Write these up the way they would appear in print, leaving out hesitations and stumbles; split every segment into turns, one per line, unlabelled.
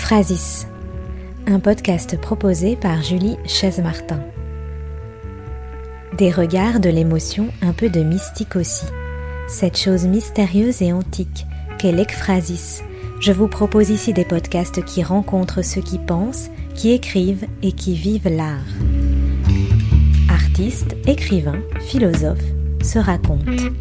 Ekphrasis, un podcast proposé par Julie Chaise-Martin. Des regards, de l'émotion, un peu de mystique aussi. Cette chose mystérieuse et antique qu'est l'Ekphrasis. Je vous propose ici des podcasts qui rencontrent ceux qui pensent, qui écrivent et qui vivent l'art. Artistes, écrivains, philosophes se racontent.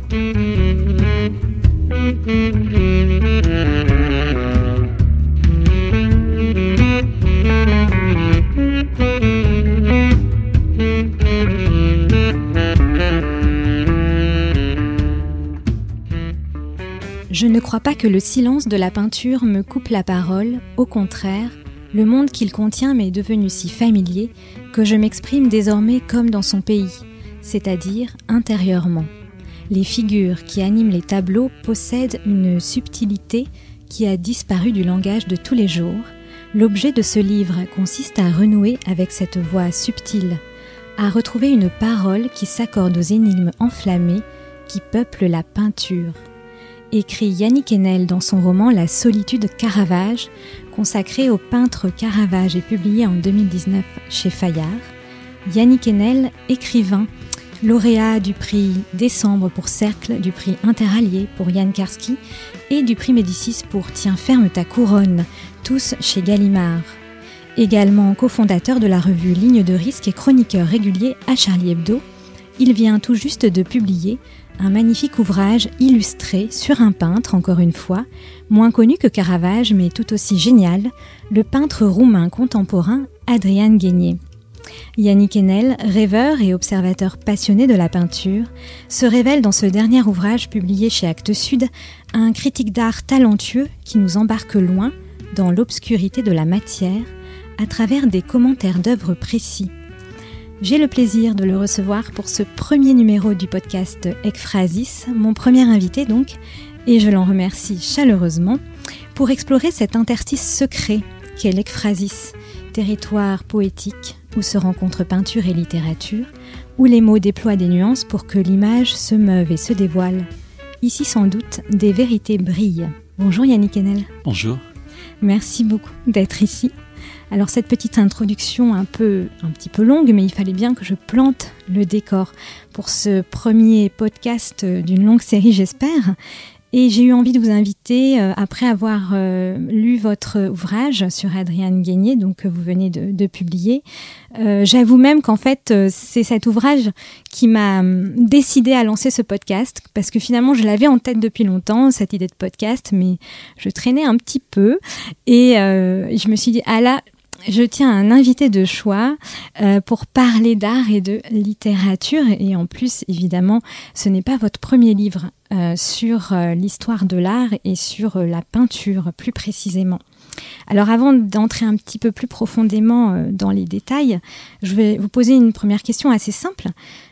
Je ne crois pas que le silence de la peinture me coupe la parole, au contraire, le monde qu'il contient m'est devenu si familier que je m'exprime désormais comme dans son pays, c'est-à-dire intérieurement. Les figures qui animent les tableaux possèdent une subtilité qui a disparu du langage de tous les jours. L'objet de ce livre consiste à renouer avec cette voix subtile, à retrouver une parole qui s'accorde aux énigmes enflammées qui peuplent la peinture. Écrit Yannick Enel dans son roman La solitude Caravage, consacré au peintre Caravage et publié en 2019 chez Fayard. Yannick Enel, écrivain, lauréat du prix Décembre pour Cercle, du prix Interallié pour Yann Karski et du prix Médicis pour Tiens ferme ta couronne, tous chez Gallimard. Également cofondateur de la revue Ligne de risque et chroniqueur régulier à Charlie Hebdo, il vient tout juste de publier un magnifique ouvrage illustré sur un peintre, encore une fois, moins connu que Caravage mais tout aussi génial, le peintre roumain contemporain Adrian Guénier. Yannick Enel, rêveur et observateur passionné de la peinture, se révèle dans ce dernier ouvrage publié chez Actes Sud un critique d'art talentueux qui nous embarque loin dans l'obscurité de la matière à travers des commentaires d'œuvres précis. J'ai le plaisir de le recevoir pour ce premier numéro du podcast Ekphrasis, mon premier invité donc, et je l'en remercie chaleureusement, pour explorer cet interstice secret qu'est l'Ekphrasis, territoire poétique où se rencontrent peinture et littérature, où les mots déploient des nuances pour que l'image se meuve et se dévoile. Ici sans doute, des vérités brillent. Bonjour Yannick Enel.
Bonjour.
Merci beaucoup d'être ici. Alors cette petite introduction un petit peu longue, mais il fallait bien que je plante le décor pour ce premier podcast d'une longue série, j'espère. Et j'ai eu envie de vous inviter, après avoir lu votre ouvrage sur Adrian Guénier, donc que vous venez de publier. J'avoue même qu'en fait, c'est cet ouvrage qui m'a décidé à lancer ce podcast, parce que finalement, je l'avais en tête depuis longtemps, cette idée de podcast, mais je traînais un petit peu. Et je me suis dit, ah là, je tiens un invité de choix pour parler d'art et de littérature. Et en plus, évidemment, ce n'est pas votre premier livre sur l'histoire de l'art et sur la peinture plus précisément. Alors avant d'entrer un petit peu plus profondément dans les détails, je vais vous poser une première question assez simple.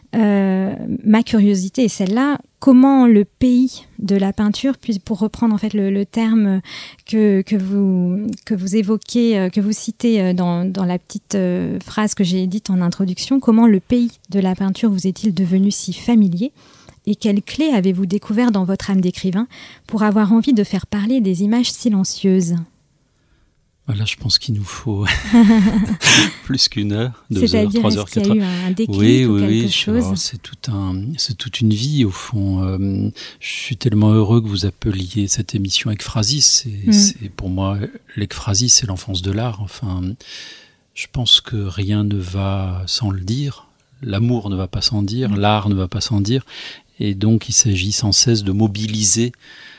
Ma curiosité est celle-là, comment le pays de la peinture, puis pour reprendre en fait le terme que vous évoquez, que vous citez dans la petite phrase que j'ai dite en introduction, comment le pays de la peinture vous est-il devenu si familier et quelles clés avez-vous découvert dans votre âme d'écrivain pour avoir envie de faire parler des images silencieuses ?
Voilà, je pense qu'il nous faut plus qu'une heure, 2 heures, 3 heures, 4 heures.
C'est-à-dire, est-ce qu'il y a eu un déclic ou quelque chose ?
Alors, c'est toute une vie, au fond. Je suis tellement heureux que vous appeliez cette émission Ekphrasis. C'est pour moi, l'Ekphrasis, c'est l'enfance de l'art. Enfin, je pense que rien ne va sans le dire. L'amour ne va pas sans dire, l'art ne va pas sans dire. Et donc, il s'agit sans cesse de mobiliser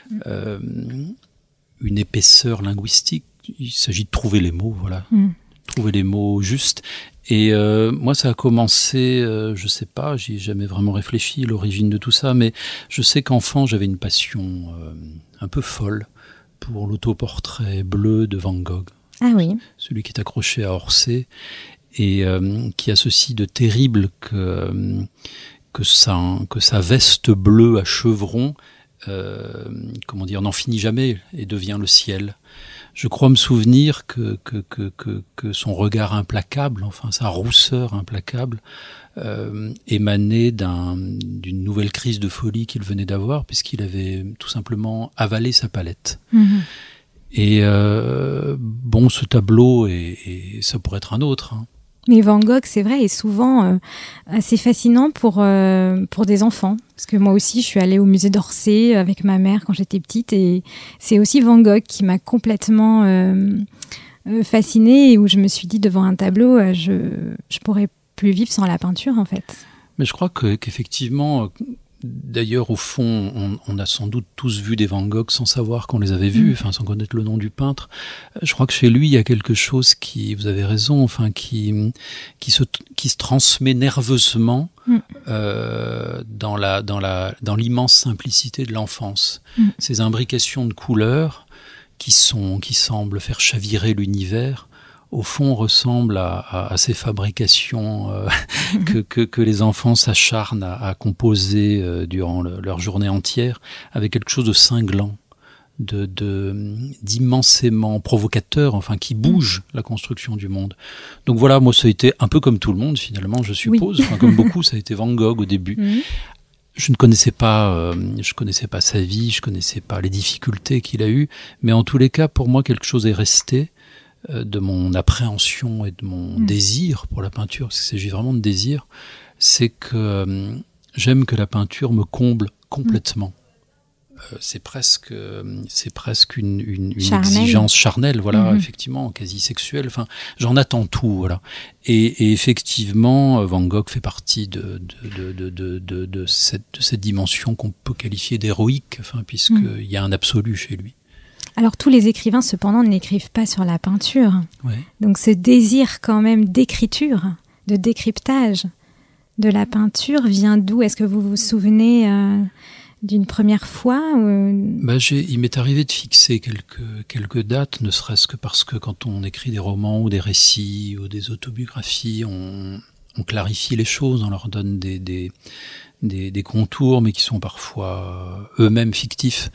une épaisseur linguistique. Il s'agit de trouver les mots, voilà. Trouver les mots justes. Et moi, ça a commencé, je sais pas, j'y ai jamais vraiment réfléchi, l'origine de tout ça, mais je sais qu'enfant, j'avais une passion un peu folle pour l'autoportrait bleu de Van Gogh.
Ah oui.
Celui qui est accroché à Orsay, et qui a ceci de terrible que sa veste bleue à chevrons, n'en finit jamais et devient le ciel. Je crois me souvenir que son regard implacable, enfin sa rousseur implacable, émanait d'une nouvelle crise de folie qu'il venait d'avoir, puisqu'il avait tout simplement avalé sa palette. Et bon, ce tableau, et ça pourrait être un autre. Hein.
Mais Van Gogh, c'est vrai, est souvent assez fascinant pour des enfants. Parce que moi aussi, je suis allée au musée d'Orsay avec ma mère quand j'étais petite. Et c'est aussi Van Gogh qui m'a complètement fascinée et où je me suis dit, devant un tableau, je pourrais plus vivre sans la peinture, en fait.
Mais je crois qu'effectivement... D'ailleurs, au fond, on a sans doute tous vu des Van Gogh sans savoir qu'on les avait vus, enfin, sans connaître le nom du peintre. Je crois que chez lui, il y a quelque chose qui, vous avez raison, enfin, qui se transmet nerveusement dans l'immense simplicité de l'enfance. Ces imbrications de couleurs qui semblent faire chavirer l'univers, au fond, ressemble à ces fabrications que les enfants s'acharnent à composer durant leur journée entière, avec quelque chose de cinglant, d'immensément provocateur, enfin qui bouge la construction du monde. Donc voilà, moi ça a été un peu comme tout le monde finalement, je suppose, enfin, comme beaucoup, ça a été Van Gogh au début. Je ne connaissais pas, sa vie, je connaissais pas les difficultés qu'il a eues, mais en tous les cas, pour moi, quelque chose est resté de mon appréhension et de mon désir pour la peinture, parce qu'il s'agit vraiment de désir, c'est que j'aime que la peinture me comble complètement. C'est presque une exigence charnelle, voilà, effectivement, quasi sexuelle. Enfin, j'en attends tout, voilà. Et effectivement, Van Gogh fait partie de cette dimension qu'on peut qualifier d'héroïque, enfin, puisqu'il y a un absolu chez lui.
Alors tous les écrivains cependant n'écrivent pas sur la peinture.
Ouais.
Donc ce désir quand même d'écriture, de décryptage de la peinture vient d'où ? Est-ce que vous vous souvenez d'une première fois
Il m'est arrivé de fixer quelques dates, ne serait-ce que parce que quand on écrit des romans ou des récits ou des autobiographies, on clarifie les choses, on leur donne des contours, mais qui sont parfois eux-mêmes fictifs.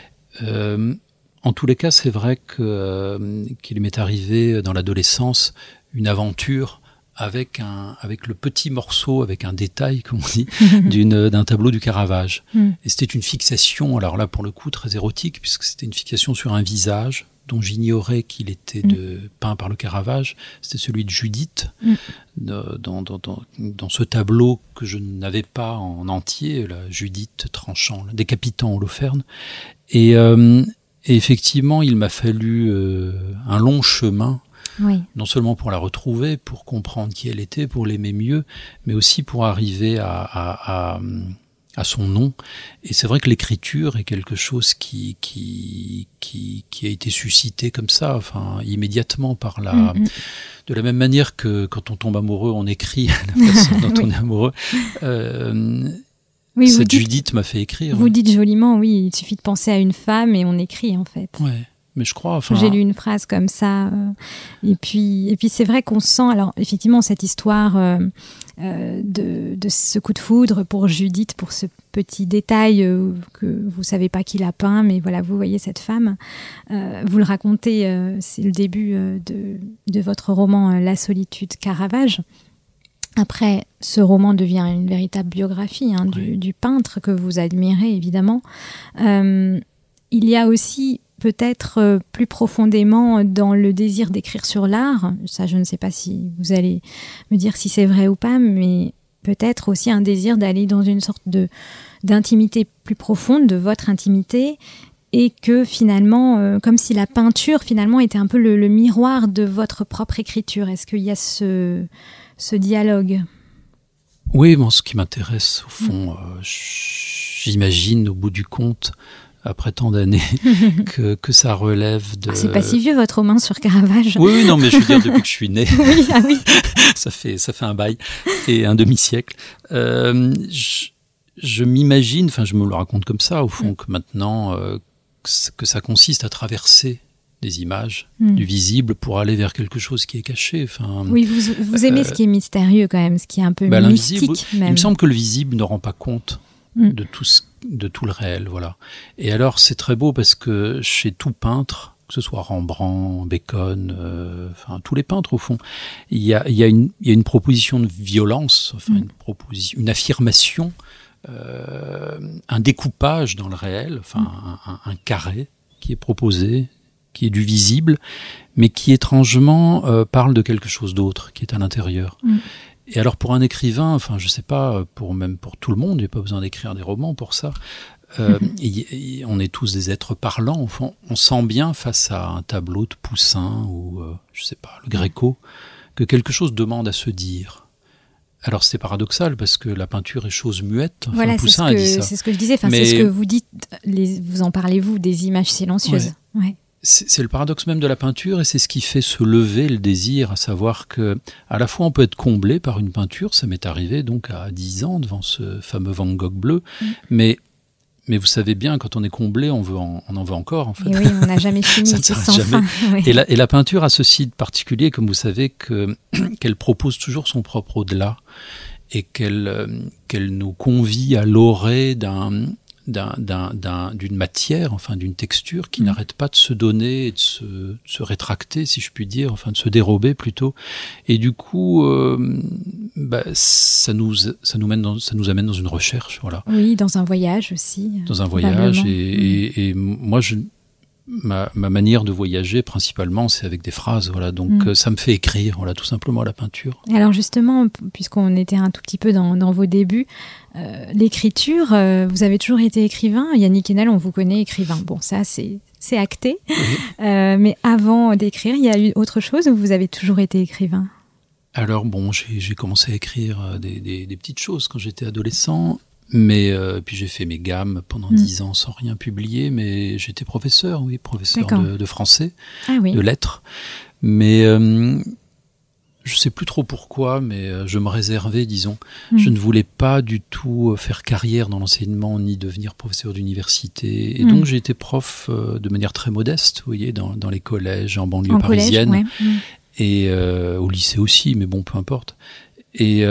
En tous les cas, c'est vrai qu'il m'est arrivé dans l'adolescence une aventure avec le petit morceau, avec un détail, comme on dit, d'un tableau du Caravage. Et c'était une fixation, alors là pour le coup très érotique, puisque c'était une fixation sur un visage dont j'ignorais qu'il était peint par le Caravage. C'était celui de Judith, dans ce tableau que je n'avais pas en entier, la Judith tranchant, décapitant Holoferne. Et effectivement, il m'a fallu un long chemin, non seulement pour la retrouver, pour comprendre qui elle était, pour l'aimer mieux, mais aussi pour arriver à son nom. Et c'est vrai que l'écriture est quelque chose qui a été suscité comme ça, enfin immédiatement par de la même manière que quand on tombe amoureux, on écrit la façon dont on est amoureux. Cette Judith m'a fait écrire.
Vous dites joliment, oui, il suffit de penser à une femme et on écrit en fait.
Ouais, mais je crois.
J'ai lu une phrase comme ça. Et puis c'est vrai qu'on sent, alors effectivement, cette histoire de ce coup de foudre pour Judith, pour ce petit détail que vous savez pas qui l'a peint, mais voilà, vous voyez cette femme. Vous le racontez, c'est le début de votre roman La solitude Caravage. Après, ce roman devient une véritable biographie du peintre que vous admirez, évidemment. Il y a aussi, peut-être plus profondément, dans le désir d'écrire sur l'art, ça je ne sais pas si vous allez me dire si c'est vrai ou pas, mais peut-être aussi un désir d'aller dans une sorte d'intimité plus profonde, de votre intimité, et que finalement, comme si la peinture finalement était un peu le miroir de votre propre écriture. Est-ce qu'il y a ce dialogue?
Oui, bon, ce qui m'intéresse, au fond, j'imagine, au bout du compte, après tant d'années, que ça relève de...
C'est pas si vieux, votre roman sur Caravage.
Oui, non, mais je veux dire, depuis que je suis né,
oui, ah oui.
ça fait un bail et un demi-siècle. Je m'imagine, enfin, je me le raconte comme ça, au fond, que maintenant, que ça consiste à traverser des images du visible pour aller vers quelque chose qui est caché. Enfin,
oui, vous aimez ce qui est mystérieux quand même, ce qui est un peu mystique même.
Il me semble que le visible ne rend pas compte de tout le réel, voilà. Et alors c'est très beau parce que chez tout peintre, que ce soit Rembrandt, Bacon, enfin tous les peintres au fond, il y a une proposition de violence, enfin une affirmation, un découpage dans le réel, enfin un carré qui est proposé. qui est du visible, mais qui étrangement parle de quelque chose d'autre, qui est à l'intérieur. Et alors pour un écrivain, enfin je sais pas, même pour tout le monde, il n'y a pas besoin d'écrire des romans pour ça. On est tous des êtres parlants. Enfin, on sent bien face à un tableau de Poussin ou je sais pas, le Gréco, que quelque chose demande à se dire. Alors c'est paradoxal parce que la peinture est chose muette. Enfin,
voilà,
Poussin a dit ça.
C'est ce que je disais. Enfin, c'est ce que vous dites. Vous en parlez vous des images silencieuses. Ouais.
C'est le paradoxe même de la peinture et c'est ce qui fait se lever le désir, à savoir que à la fois on peut être comblé par une peinture. Ça m'est arrivé donc à 10 ans devant ce fameux Van Gogh bleu, mais vous savez bien, quand on est comblé, on en veut encore, en fait.
Et oui, on n'a jamais fini,
ça ne
c'est
s'arrête
sans
jamais.
fin. Oui.
Et la peinture a ceci de particulier, comme vous savez, qu'elle propose toujours son propre au-delà et qu'elle nous convie à l'orée d'une matière, enfin d'une texture qui n'arrête pas de se donner et de se rétracter, si je puis dire, enfin de se dérober plutôt. Et du coup, ça nous amène dans une recherche, voilà.
Oui, dans un voyage aussi.
Dans un voyage et moi ma manière de voyager principalement c'est avec des phrases, voilà. Donc ça me fait écrire, voilà, tout simplement la peinture.
Alors justement, puisqu'on était un tout petit peu dans vos débuts, l'écriture, vous avez toujours été écrivain. Yannick Enel, on vous connaît écrivain. Bon, ça c'est acté. Oui. Mais avant d'écrire, il y a eu autre chose ou vous avez toujours été écrivain ?
Alors bon, j'ai commencé à écrire des petites choses quand j'étais adolescent. Mais puis j'ai fait mes gammes pendant 10 ans sans rien publier, mais j'étais professeur de français, de lettres. Mais je sais plus trop pourquoi, mais je me réservais, disons. Je ne voulais pas du tout faire carrière dans l'enseignement ni devenir professeur d'université. Et donc j'ai été prof de manière très modeste, vous voyez, dans les collèges en banlieue parisienne.
Collège, ouais.
Et au lycée aussi, mais bon, peu importe. Et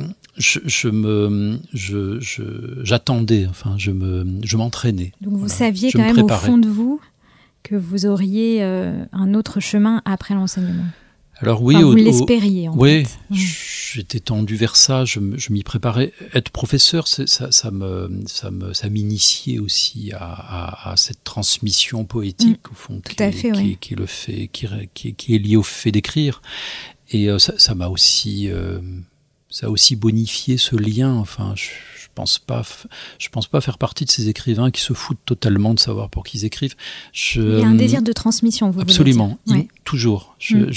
j'attendais, enfin, je m'entraînais.
Donc vous saviez quand même au fond de vous que vous auriez un autre chemin après l'enseignement.
Alors oui,
vous l'espériez en fait.
Oui, j'étais tendu vers ça, je m'y préparais. Être professeur, ça m'initiait aussi à cette transmission poétique au fond, qui est liée au fait d'écrire. Et ça m'a aussi ça a aussi bonifié ce lien. Enfin, je pense pas faire partie de ces écrivains qui se foutent totalement de savoir pour qui ils écrivent.
Il y a un désir de transmission, vous
absolument,
voulez dire.
Toujours.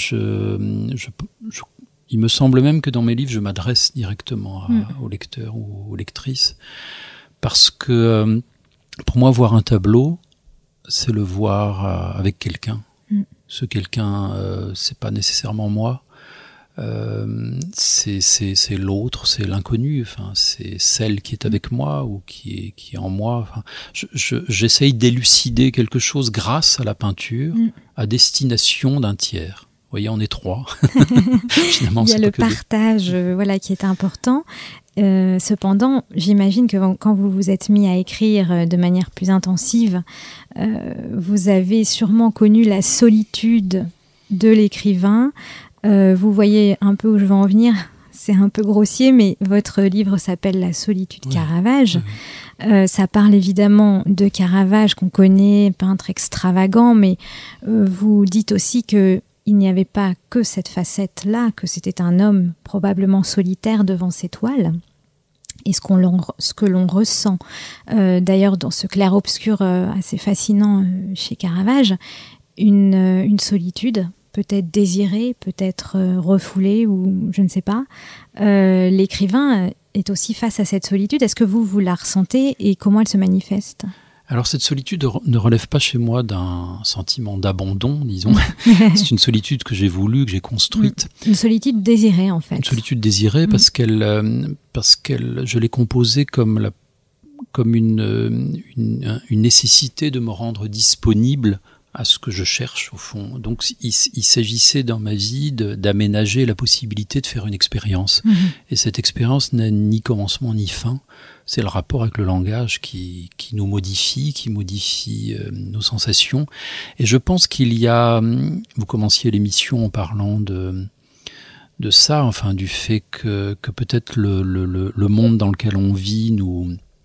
Il me semble même que dans mes livres, je m'adresse directement aux lecteurs ou aux lectrices, parce que pour moi, voir un tableau, c'est le voir avec quelqu'un. Ce quelqu'un, c'est pas nécessairement moi. C'est l'autre, c'est l'inconnu, enfin, c'est celle qui est avec moi ou qui est en moi. Enfin, j'essaye d'élucider quelque chose grâce à la peinture à destination d'un tiers. Vous voyez, on est 3. Finalement,
il y a le partage qui est important. Cependant, j'imagine que quand vous vous êtes mis à écrire de manière plus intensive, vous avez sûrement connu la solitude de l'écrivain. Vous voyez un peu où je veux en venir, c'est un peu grossier, mais votre livre s'appelle La solitude Caravage. Ça parle évidemment de Caravage qu'on connaît, peintre extravagant, mais vous dites aussi qu'il n'y avait pas que cette facette-là, que c'était un homme probablement solitaire devant ses toiles. Et ce que l'on ressent, d'ailleurs dans ce clair-obscur assez fascinant chez Caravage, une solitude peut-être désirée, peut-être refoulée, ou je ne sais pas. L'écrivain est aussi face à cette solitude. Est-ce que vous la ressentez et comment elle se manifeste ?
Alors cette solitude ne relève pas chez moi d'un sentiment d'abandon, disons. C'est une solitude que j'ai voulue, que j'ai construite.
Une solitude désirée, en fait.
Une solitude désirée parce qu'elle, je l'ai composée comme une nécessité de me rendre disponible à ce que je cherche au fond. Donc il s'agissait dans ma vie d'aménager la possibilité de faire une expérience. Et cette expérience n'a ni commencement ni fin. C'est le rapport avec le langage qui nous modifie, qui modifie nos sensations. Et je pense qu'il y a... Vous commenciez l'émission en parlant de ça, enfin du fait que peut-être le monde dans lequel on vit nous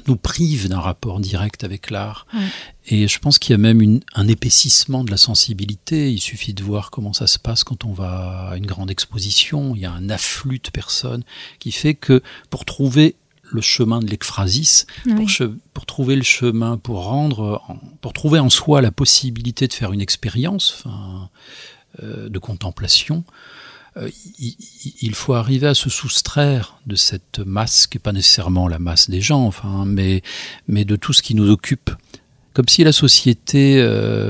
nous prive d'un rapport direct avec l'art. Et je pense qu'il y a même un épaississement de la sensibilité. Il suffit de voir comment ça se passe quand on va à une grande exposition. Il y a un afflux de personnes qui fait que pour trouver le chemin de l'ekphrasis, pour trouver le chemin, pour trouver en soi la possibilité de faire une expérience de contemplation, il faut arriver à se soustraire de cette masse, qui n'est pas nécessairement la masse des gens, mais de tout ce qui nous occupe. Comme si la société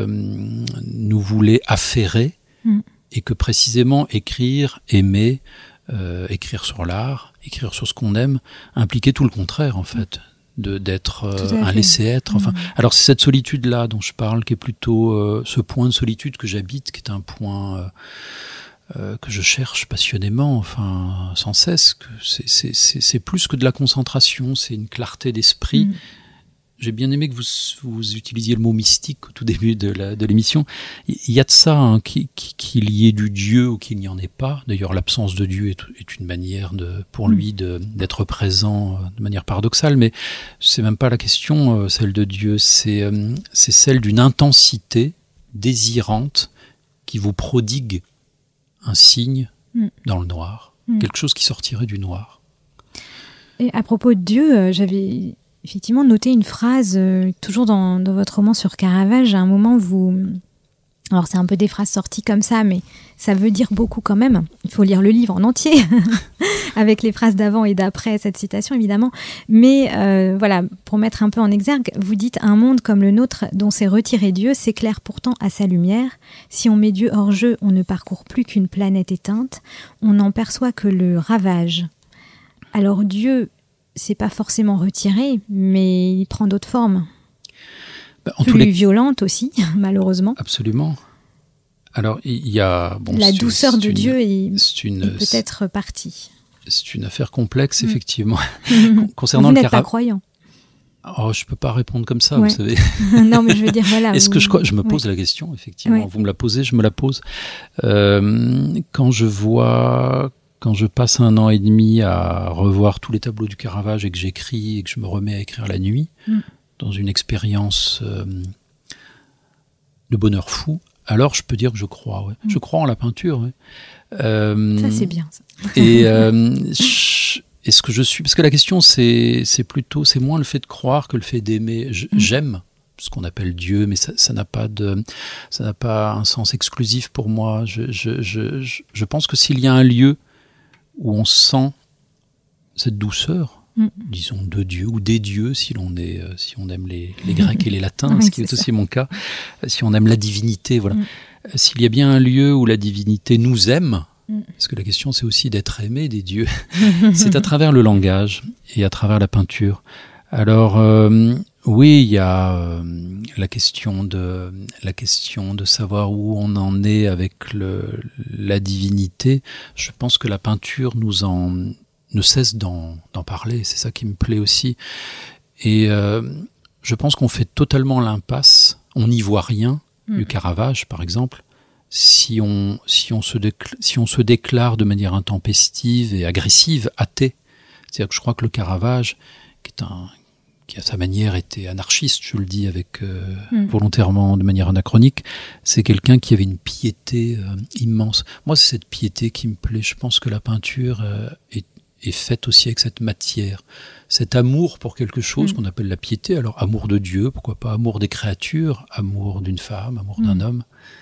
nous voulait affairer, et que précisément écrire, aimer, écrire sur l'art, écrire sur ce qu'on aime, impliquait tout le contraire en fait, d'être un laisser-être. Alors c'est cette solitude-là dont je parle, qui est plutôt ce point de solitude que j'habite, qui est un point que je cherche passionnément, sans cesse. C'est plus que de la concentration, c'est une clarté d'esprit. J'ai bien aimé que vous utilisiez le mot mystique au tout début de l'émission. Il y a de ça, qu'il y ait du Dieu ou qu'il n'y en ait pas. D'ailleurs, l'absence de Dieu est une manière pour lui d'être présent de manière paradoxale, mais c'est même pas la question, celle de Dieu. C'est celle d'une intensité désirante qui vous prodigue un signe dans le noir, quelque chose qui sortirait du noir.
Et à propos de Dieu, j'avais effectivement noté une phrase, toujours dans votre roman sur Caravage. À un moment, alors c'est un peu des phrases sorties comme ça, mais ça veut dire beaucoup quand même. Il faut lire le livre en entier, avec les phrases d'avant et d'après cette citation évidemment. Mais voilà, pour mettre un peu en exergue, vous dites « Un monde comme le nôtre dont s'est retiré Dieu s'éclaire pourtant à sa lumière. Si on met Dieu hors jeu, on ne parcourt plus qu'une planète éteinte. On n'en perçoit que le ravage. » Alors Dieu, c'est pas forcément retiré, mais il prend d'autres formes. Plus violentes aussi, malheureusement.
Absolument. Alors, il y a...
la douceur de Dieu est peut-être partie.
C'est une affaire complexe, effectivement. Concernant
vous n'êtes pas croyant.
Oh, je ne peux pas répondre comme ça, vous savez.
Non, mais je veux dire, voilà.
Est-ce que je me pose la question, effectivement. Vous me la posez, je me la pose. Quand je passe 1 an et demi à revoir tous les tableaux du Caravage et que j'écris et que je me remets à écrire la nuit, dans une expérience de bonheur fou, alors je peux dire que je crois. Je crois en la peinture.
Ça, c'est bien. Ça.
Et est-ce que je suis... Parce que la question, c'est moins le fait de croire que le fait d'aimer. J'aime ce qu'on appelle Dieu, mais ça n'a pas un sens exclusif pour moi. Je pense que s'il y a un lieu où on sent cette douceur, disons, de Dieu, ou des dieux, si on aime les Grecs et les Latins, ce qui est aussi mon cas, si on aime la divinité, voilà. S'il y a bien un lieu où la divinité nous aime, parce que la question c'est aussi d'être aimé des dieux, c'est à travers le langage et à travers la peinture. Alors, oui, il y a la question de savoir où on en est avec la divinité. Je pense que la peinture ne cesse d'en parler. C'est ça qui me plaît aussi. Et je pense qu'on fait totalement l'impasse. On n'y voit rien du Caravage, par exemple, si on se déclare de manière intempestive et agressive, athée. C'est-à-dire que je crois que le Caravage, qui à sa manière était anarchiste, je le dis avec volontairement de manière anachronique, c'est quelqu'un qui avait une piété immense. Moi, c'est cette piété qui me plaît. Je pense que la peinture est faite aussi avec cette matière, cet amour pour quelque chose qu'on appelle la piété. Alors, amour de Dieu, pourquoi pas amour des créatures, amour d'une femme, amour d'un homme.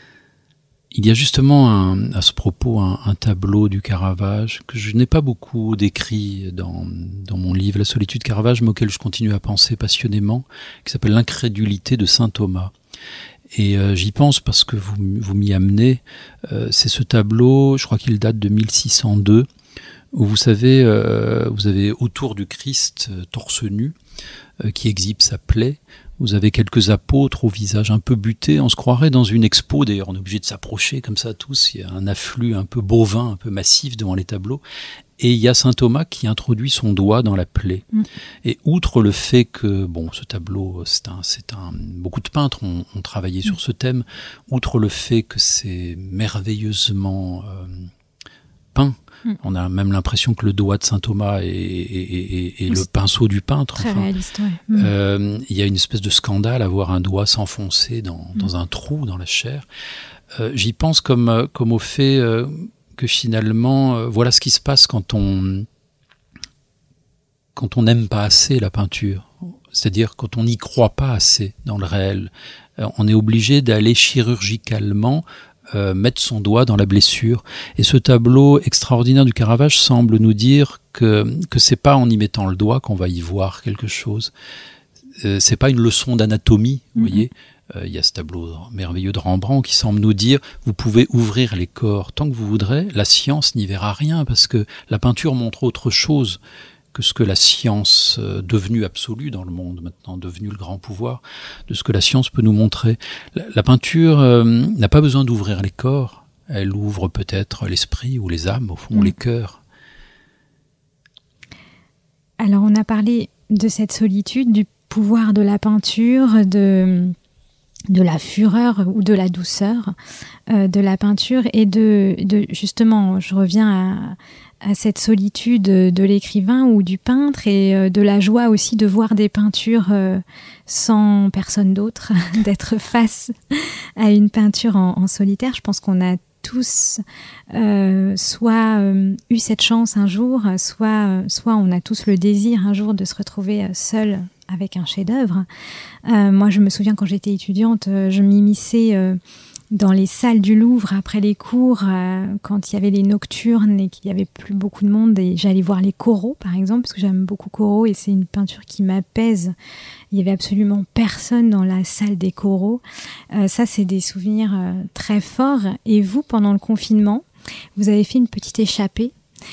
Il y a justement à ce propos un tableau du Caravage que je n'ai pas beaucoup décrit dans mon livre La solitude Caravage, mais auquel je continue à penser passionnément, qui s'appelle L'incrédulité de saint Thomas. Et j'y pense parce que vous m'y amenez. C'est ce tableau, je crois qu'il date de 1602, où vous savez, vous avez autour du Christ torse nu, qui exhibe sa plaie. Vous avez quelques apôtres au visage un peu buté. On se croirait dans une expo. D'ailleurs, on est obligé de s'approcher comme ça tous. Il y a un afflux un peu bovin, un peu massif devant les tableaux. Et il y a saint Thomas qui introduit son doigt dans la plaie. Et outre le fait que, ce tableau, beaucoup de peintres ont travaillé sur ce thème. Outre le fait que c'est merveilleusement peint, On a même l'impression que le doigt de saint Thomas est le pinceau du peintre.
Très réaliste, ouais.
Il y a une espèce de scandale à voir un doigt s'enfoncer dans un trou dans la chair. J'y pense comme au fait que finalement, voilà ce qui se passe quand on n'aime pas assez la peinture. C'est-à-dire quand on n'y croit pas assez dans le réel. On est obligé d'aller chirurgicalement mettre son doigt dans la blessure. Et ce tableau extraordinaire du Caravage semble nous dire que c'est pas en y mettant le doigt qu'on va y voir quelque chose. C'est pas une leçon d'anatomie, vous voyez. Il y a ce tableau merveilleux de Rembrandt qui semble nous dire vous pouvez ouvrir les corps tant que vous voudrez, la science n'y verra rien parce que la peinture montre autre chose que ce que la science devenue absolue dans le monde maintenant, devenue le grand pouvoir, de ce que la science peut nous montrer. La peinture n'a pas besoin d'ouvrir les corps, elle ouvre peut-être l'esprit ou les âmes, au fond, les cœurs.
Alors on a parlé de cette solitude, du pouvoir de la peinture, de la fureur ou de la douceur de la peinture et de justement, je reviens à cette solitude de l'écrivain ou du peintre et de la joie aussi de voir des peintures sans personne d'autre, d'être face à une peinture en solitaire. Je pense qu'on a tous soit eu cette chance un jour, soit on a tous le désir un jour de se retrouver seul avec un chef-d'œuvre. Moi, je me souviens quand j'étais étudiante, je m'immisçais dans les salles du Louvre après les cours, quand il y avait les nocturnes et qu'il n'y avait plus beaucoup de monde, et j'allais voir les Corot, par exemple, parce que j'aime beaucoup Corot et c'est une peinture qui m'apaise. Il n'y avait absolument personne dans la salle des Corot. Ça, c'est des souvenirs très forts. Et vous, pendant le confinement, vous avez fait une petite échappée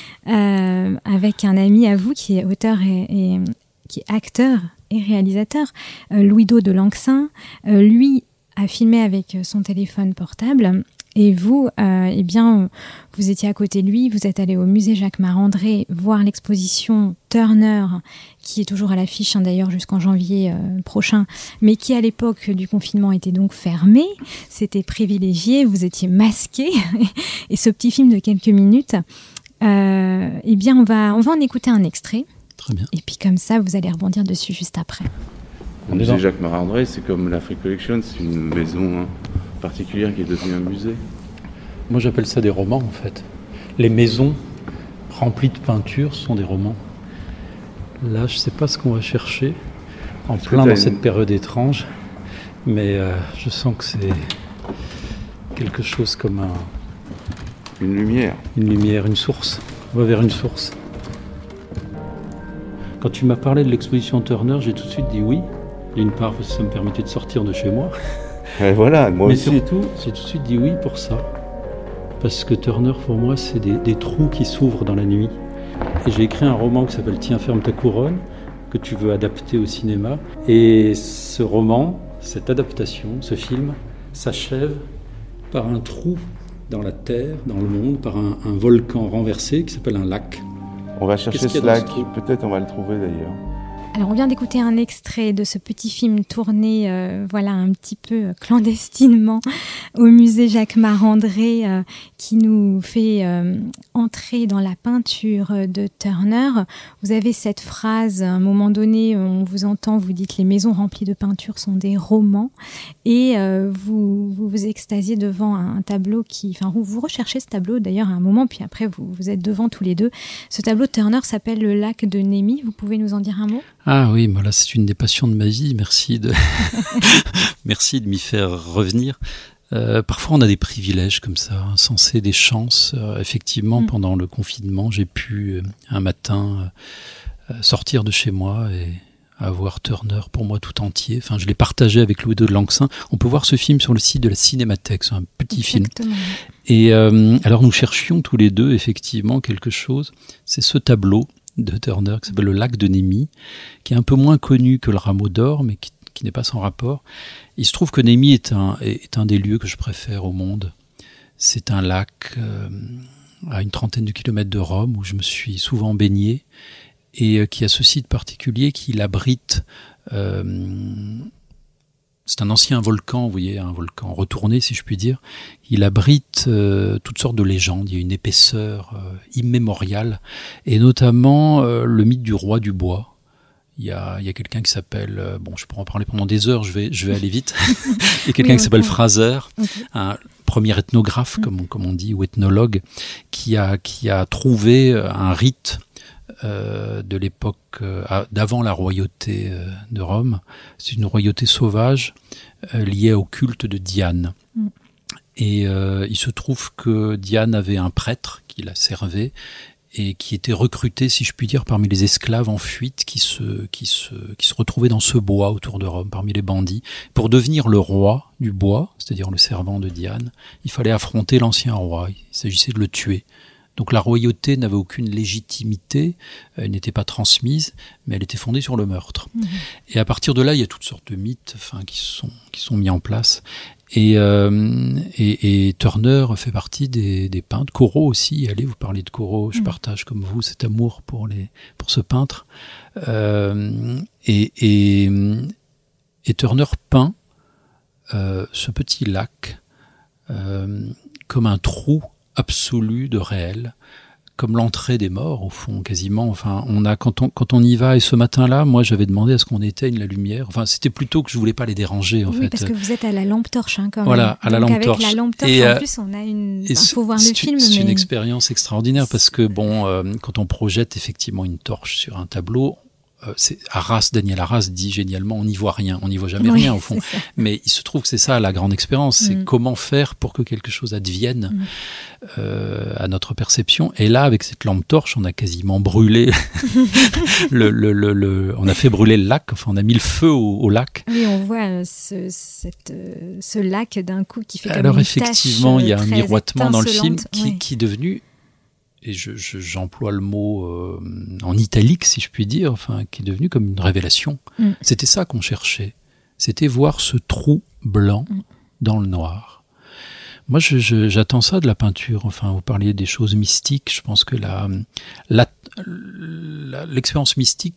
avec un ami à vous qui est auteur et qui est acteur et réalisateur, Louis-Do de Lanxin. Lui a filmé avec son téléphone portable et vous, eh bien, vous étiez à côté de lui, vous êtes allé au musée Jacques Marandré voir l'exposition Turner, qui est toujours à l'affiche d'ailleurs jusqu'en janvier prochain, mais qui à l'époque du confinement était donc fermée. C'était privilégié, vous étiez masqué et ce petit film de quelques minutes, eh bien, on va en écouter un extrait.
Très bien.
Et puis comme ça, vous allez rebondir dessus juste après.
Le musée Jacques Marandré, c'est comme la Free Collection, c'est une maison particulière qui est devenue un musée.
Moi, j'appelle ça des romans, en fait. Les maisons remplies de peintures sont des romans. Là, je ne sais pas ce qu'on va chercher, en plein dans cette période étrange, mais je sens que c'est quelque chose comme
une lumière.
Une lumière, une source. On va vers une source. Quand tu m'as parlé de l'exposition Turner, j'ai tout de suite dit oui. D'une part, parce que ça me permettait de sortir de chez moi.
Et voilà, moi
mais
aussi.
Mais surtout, j'ai tout de suite dit oui pour ça. Parce que Turner, pour moi, c'est des trous qui s'ouvrent dans la nuit. Et j'ai écrit un roman qui s'appelle « Tiens, ferme ta couronne », que tu veux adapter au cinéma. Et ce roman, cette adaptation, ce film, s'achève par un trou dans la terre, dans le monde, par un volcan renversé qui s'appelle un lac.
On va chercher ce lac, peut-être on va le trouver d'ailleurs.
Alors on vient d'écouter un extrait de ce petit film tourné voilà un petit peu clandestinement au musée Jacques Marandré qui nous fait entrer dans la peinture de Turner. Vous avez cette phrase, à un moment donné, on vous entend, vous dites les maisons remplies de peinture sont des romans et vous extasiez devant un tableau vous recherchez ce tableau d'ailleurs à un moment, puis après vous êtes devant tous les deux. Ce tableau de Turner s'appelle Le lac de Nemi, vous pouvez nous en dire un mot ?
Ah oui, voilà, c'est une des passions de ma vie. Merci de m'y faire revenir. Parfois, on a des privilèges comme ça, insensés, des chances. Effectivement, pendant le confinement, j'ai pu un matin sortir de chez moi et avoir Turner pour moi tout entier. Enfin, je l'ai partagé avec Louis-Do de Lanxin. On peut voir ce film sur le site de la Cinémathèque, c'est un petit
Exactement.
film. Et alors, nous cherchions tous les deux effectivement quelque chose. C'est ce tableau de Turner qui s'appelle Le lac de Nemi, qui est un peu moins connu que le Rameau d'or, mais qui n'est pas sans rapport. Il se trouve que Nemi est un des lieux que je préfère au monde. C'est un lac à une trentaine de kilomètres de Rome, où je me suis souvent baigné, et qui a ceci de particulier qu'il abrite c'est un ancien volcan, vous voyez, un volcan retourné, si je puis dire. Il abrite toutes sortes de légendes. Il y a une épaisseur immémoriale, et notamment le mythe du roi du bois. Il y a quelqu'un qui s'appelle, je pourrais en parler pendant des heures, je vais aller vite. Il y a quelqu'un qui s'appelle Fraser, un premier ethnographe, comme on dit, ou ethnologue, qui a trouvé un rite de l'époque d'avant la royauté de Rome. C'est une royauté sauvage liée au culte de Diane. Et il se trouve que Diane avait un prêtre qui la servait et qui était recruté, si je puis dire, parmi les esclaves en fuite qui se retrouvaient dans ce bois autour de Rome, parmi les bandits. Pour devenir le roi du bois, c'est-à-dire le servant de Diane, il fallait affronter l'ancien roi. Il s'agissait de le tuer. Donc la royauté n'avait aucune légitimité, elle n'était pas transmise, mais elle était fondée sur le meurtre. Et à partir de là, il y a toutes sortes de mythes qui sont mis en place. Et Turner fait partie des peintres. Corot aussi, allez, vous parlez de Corot, je partage comme vous cet amour pour ce peintre. Et Turner peint ce petit lac comme un trou absolu de réel, comme l'entrée des morts au fond, quasiment. Enfin, quand on y va, et ce matin-là, moi j'avais demandé à ce qu'on éteigne la lumière. Enfin, c'était plutôt que je voulais pas les déranger en fait.
Parce que vous êtes à la lampe torche, quand même.
Voilà, à la lampe torche.
Avec la lampe torche, en plus, on a il faut voir le film.
C'est une expérience extraordinaire parce que quand on projette effectivement une torche sur un tableau. Daniel Arras dit génialement, on n'y voit rien, on n'y voit jamais rien au fond. Mais il se trouve que c'est ça la grande expérience, c'est comment faire pour que quelque chose advienne à notre perception. Et là, avec cette lampe torche, on a quasiment brûlé on a fait brûler le lac, on a mis le feu au lac.
Oui, on voit ce lac d'un coup qui fait comme
Alors
une
effectivement, il y a un miroitement dans le film qui est devenu, et j'emploie le mot en italique, si je puis dire, qui est devenu comme une révélation. C'était ça qu'on cherchait. C'était voir ce trou blanc dans le noir. Moi, j'attends ça de la peinture. Vous parliez des choses mystiques. Je pense que l'expérience mystique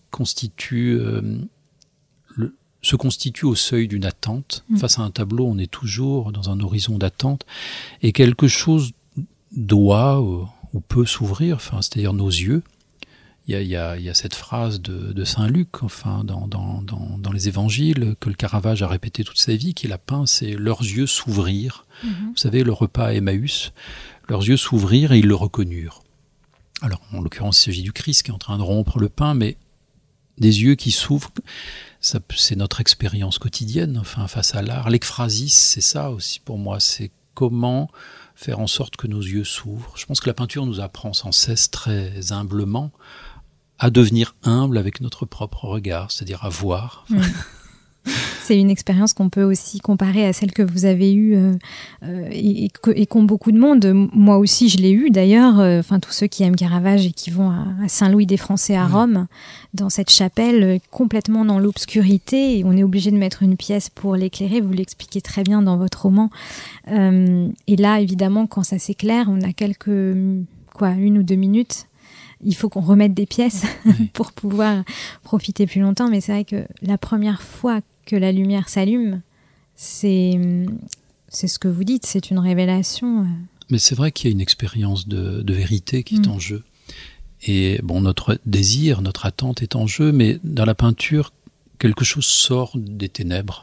se constitue au seuil d'une attente. Face à un tableau, on est toujours dans un horizon d'attente. Et quelque chose doit... ou peut s'ouvrir, c'est-à-dire nos yeux. Il y a cette phrase de Saint Luc, dans les évangiles, que le Caravage a répété toute sa vie, qu'il a peint, c'est leurs yeux s'ouvrir. Vous savez, le repas à Emmaüs, leurs yeux s'ouvrirent et ils le reconnurent. Alors, en l'occurrence, il s'agit du Christ qui est en train de rompre le pain, mais des yeux qui s'ouvrent, c'est notre expérience quotidienne, face à l'art. L'ekphrasis, c'est ça aussi pour moi, c'est comment faire en sorte que nos yeux s'ouvrent. Je pense que la peinture nous apprend sans cesse, très humblement, à devenir humble avec notre propre regard, c'est-à-dire à voir.
C'est une expérience qu'on peut aussi comparer à celle que vous avez eue et qu'ont beaucoup de monde. Moi aussi, je l'ai eue d'ailleurs. Tous ceux qui aiment Caravage et qui vont à Saint-Louis-des-Français à Rome, dans cette chapelle complètement dans l'obscurité, et on est obligé de mettre une pièce pour l'éclairer. Vous l'expliquez très bien dans votre roman. Et là, évidemment, quand ça s'éclaire, on a 1 ou 2 minutes. Il faut qu'on remette des pièces pour pouvoir profiter plus longtemps. Mais c'est vrai que la première fois que la lumière s'allume, c'est ce que vous dites, c'est une révélation.
Mais c'est vrai qu'il y a une expérience de vérité qui est en jeu. Et notre désir, notre attente est en jeu, mais dans la peinture, quelque chose sort des ténèbres.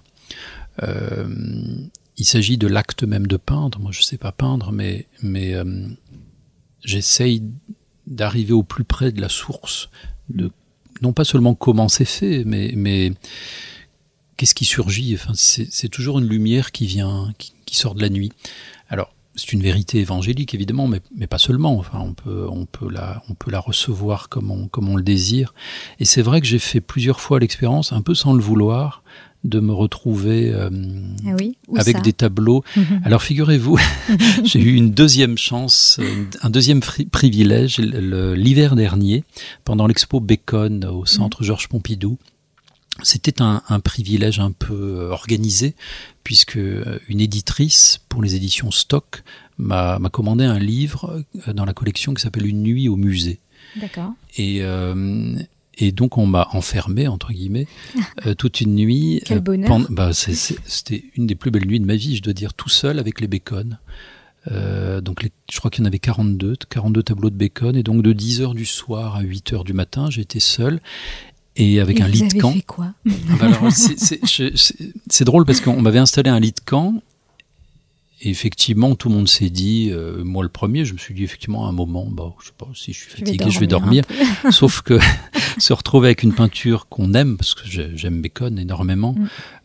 Il s'agit de l'acte même de peindre. Moi, je ne sais pas peindre, mais j'essaye d'arriver au plus près de la source, non pas seulement comment c'est fait, mais qu'est-ce qui surgit. C'est toujours une lumière qui vient, qui sort de la nuit. Alors, c'est une vérité évangélique, évidemment, mais pas seulement. On peut la recevoir comme on le désire. Et c'est vrai que j'ai fait plusieurs fois l'expérience, un peu sans le vouloir, de me retrouver avec des tableaux. Alors figurez-vous, j'ai eu une deuxième chance, un deuxième privilège l'hiver dernier, pendant l'expo Bacon au centre Georges Pompidou. C'était un privilège un peu organisé, puisque une éditrice pour les éditions Stock m'a commandé un livre dans la collection qui s'appelle Une nuit au musée.
D'accord.
Et Et donc on m'a enfermé entre guillemets toute une nuit.
Quel bonheur.
C'était une des plus belles nuits de ma vie, je dois dire, tout seul avec les Bacon. Donc je crois qu'il y en avait 42 tableaux de Bacon, et donc de 10h du soir à 8h du matin, j'étais seul. Et avec un lit de camp.
Vous avez fait quoi?
Alors, c'est drôle parce qu'on m'avait installé un lit de camp. Et effectivement, tout le monde s'est dit, moi le premier, je me suis dit effectivement à un moment, je sais pas, si je suis fatigué, je vais dormir. Sauf que se retrouver avec une peinture qu'on aime, parce que j'aime Bacon énormément,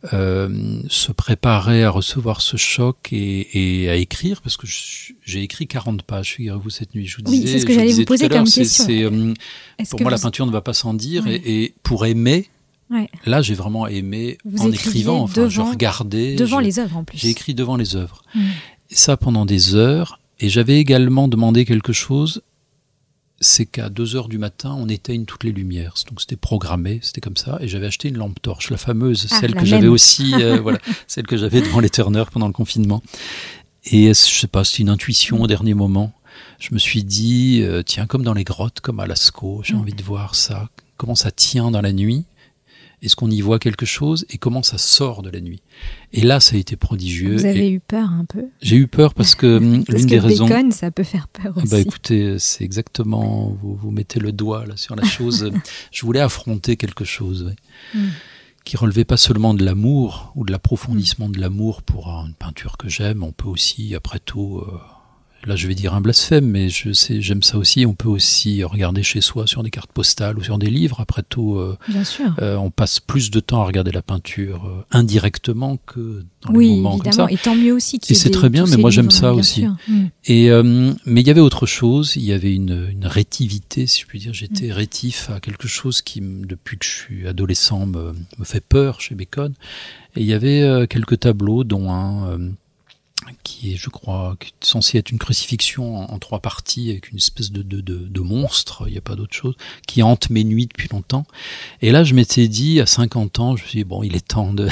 se préparer à recevoir ce choc et à écrire, parce que j'ai écrit 40 pages, figurez-vous, cette nuit. Je vous disais,
c'est ce que j'allais vous poser comme question.
Pour moi, la peinture ne va pas sans dire, et pour aimer, là, j'ai vraiment aimé en écrivant. Je regardais
devant les œuvres en plus.
J'ai écrit devant les œuvres. Et ça pendant des heures. Et j'avais également demandé quelque chose. C'est qu'à 2h du matin, on éteigne toutes les lumières. Donc c'était programmé, c'était comme ça. Et j'avais acheté une lampe torche, la fameuse, celle que j'avais aussi, celle que j'avais devant les Turner pendant le confinement. Et je sais pas, c'était une intuition au dernier moment. Je me suis dit, tiens, comme dans les grottes, comme à Lascaux, j'ai envie de voir ça. Comment ça tient dans la nuit? Est-ce qu'on y voit quelque chose et comment ça sort de la nuit? Et là, ça a été prodigieux.
Vous avez eu peur un peu?
J'ai eu peur parce que l'une des raisons...
Bacon, ça peut faire peur aussi.
Écoutez, c'est exactement... Vous mettez le doigt là, sur la chose. Je voulais affronter quelque chose qui relevait pas seulement de l'amour ou de l'approfondissement de l'amour pour une peinture que j'aime. On peut aussi, après tout... Là, je vais dire un blasphème, mais j'aime ça aussi. On peut aussi regarder chez soi sur des cartes postales ou sur des livres. Après tout,
bien sûr.
On passe plus de temps à regarder la peinture indirectement que dans les moments comme ça.
Et tant mieux aussi.
Et c'est très bien, mais moi j'aime ça aussi. Et mais il y avait autre chose. Il y avait une rétivité, si je puis dire. J'étais rétif à quelque chose qui, depuis que je suis adolescent, me fait peur chez Bacon. Et il y avait quelques tableaux, dont un qui est, je crois, censé être une crucifixion en 3 parties avec une espèce de monstre, il n'y a pas d'autre chose, qui hante mes nuits depuis longtemps. Et là, je m'étais dit, à 50 ans, je me suis dit, bon, il est temps de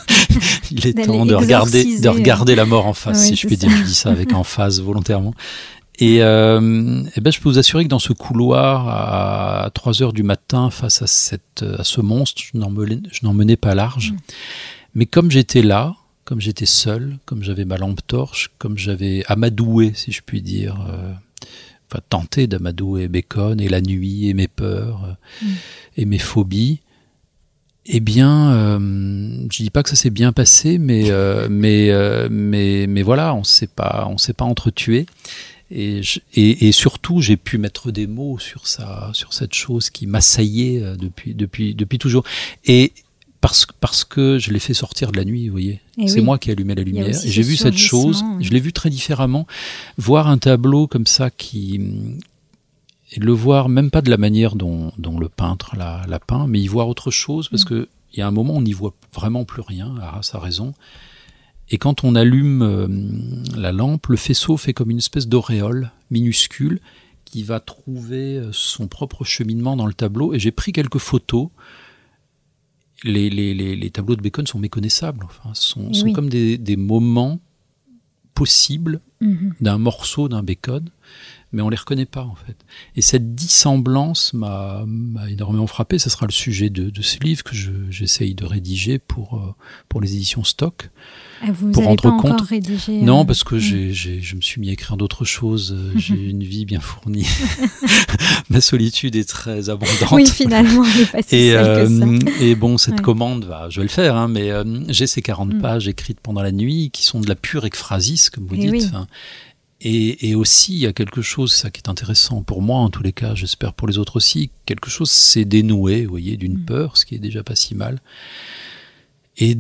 regarder la mort en face, si je puis dire. Je dis ça avec emphase volontairement. Et je peux vous assurer que dans ce couloir, à 3h du matin, face à ce monstre, je n'en menais pas large. Mais comme j'étais là, comme j'étais seul, comme j'avais ma lampe torche, comme j'avais amadoué, si je puis dire, tenté d'amadouer Bacon et la nuit et mes peurs et mes phobies, eh bien, je dis pas que ça s'est bien passé, mais voilà, on s'est pas entretués. Et surtout, j'ai pu mettre des mots sur cette chose qui m'assaillait depuis toujours. Et parce que je l'ai fait sortir de la nuit, vous voyez. C'est moi qui ai allumé la lumière. Et j'ai vu cette chose, je l'ai vu très différemment. Voir un tableau comme ça, et le voir même pas de la manière dont le peintre l'a peint, mais y voir autre chose, parce que il y a un moment où on n'y voit vraiment plus rien, Arras a raison. Et quand on allume la lampe, le faisceau fait comme une espèce d'auréole minuscule qui va trouver son propre cheminement dans le tableau. Et j'ai pris quelques photos. Les tableaux de Bacon sont méconnaissables, sont comme des moments possibles d'un morceau d'un Bacon, mais on les reconnaît pas en fait. Et cette dissemblance m'a énormément frappé. Ce sera le sujet de ce livre que j'essaye de rédiger pour les éditions Stock.
Vous
pour
rendre
pas
compte.
Encore rédigé, non, parce que je me suis mis à écrire d'autres choses. J'ai une vie bien fournie. Ma solitude est très abondante.
Oui, finalement, elle n'est pas si seule que ça.
Et bon, cette commande, je vais le faire, mais j'ai ces 40 pages écrites pendant la nuit qui sont de la pure ekphrasis, comme vous dites.
Oui.
Et aussi, il y a quelque chose, ça qui est intéressant pour moi, en tous les cas, j'espère pour les autres aussi, quelque chose s'est dénoué, vous voyez, d'une peur, ce qui est déjà pas si mal, et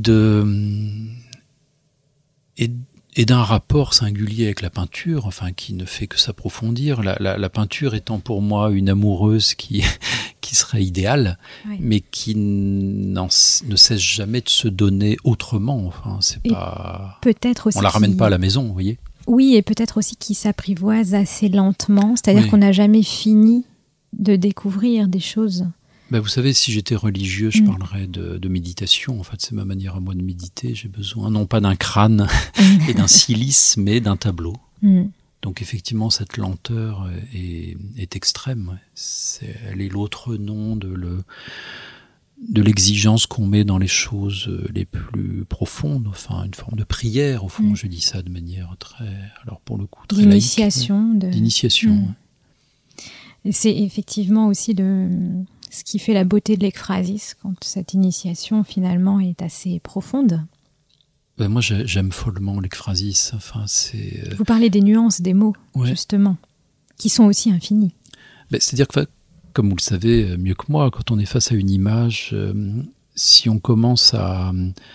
d'un rapport singulier avec la peinture, qui ne fait que s'approfondir. La peinture étant pour moi une amoureuse qui serait idéale, mais qui ne cesse jamais de se donner autrement. C'est pas.
Peut-être aussi.
On la ramène pas à la maison, vous voyez.
Oui, et peut-être aussi qu'il s'apprivoise assez lentement, c'est-à-dire qu'on n'a jamais fini de découvrir des choses.
Vous savez, si j'étais religieux, je parlerais de méditation. En fait, c'est ma manière à moi de méditer. J'ai besoin, non pas d'un crâne et d'un silice, mais d'un tableau. Donc Donc effectivement, cette lenteur est extrême. Ouais. Elle est l'autre nom de l'exigence qu'on met dans les choses les plus profondes, enfin une forme de prière au fond. Je dis ça de manière très, alors pour le coup très
d'initiation,
laïque, d'initiation. Ouais.
Et c'est effectivement aussi ce qui fait la beauté de l'ekphrasis, quand cette initiation finalement est assez profonde.
Ben moi j'aime follement l'ekphrasis. Enfin, c'est...
Vous parlez des nuances des mots, justement, qui sont aussi infinies. Ben, c'est-à-dire que, comme vous le savez mieux que moi, quand on est face à une image, si on commence à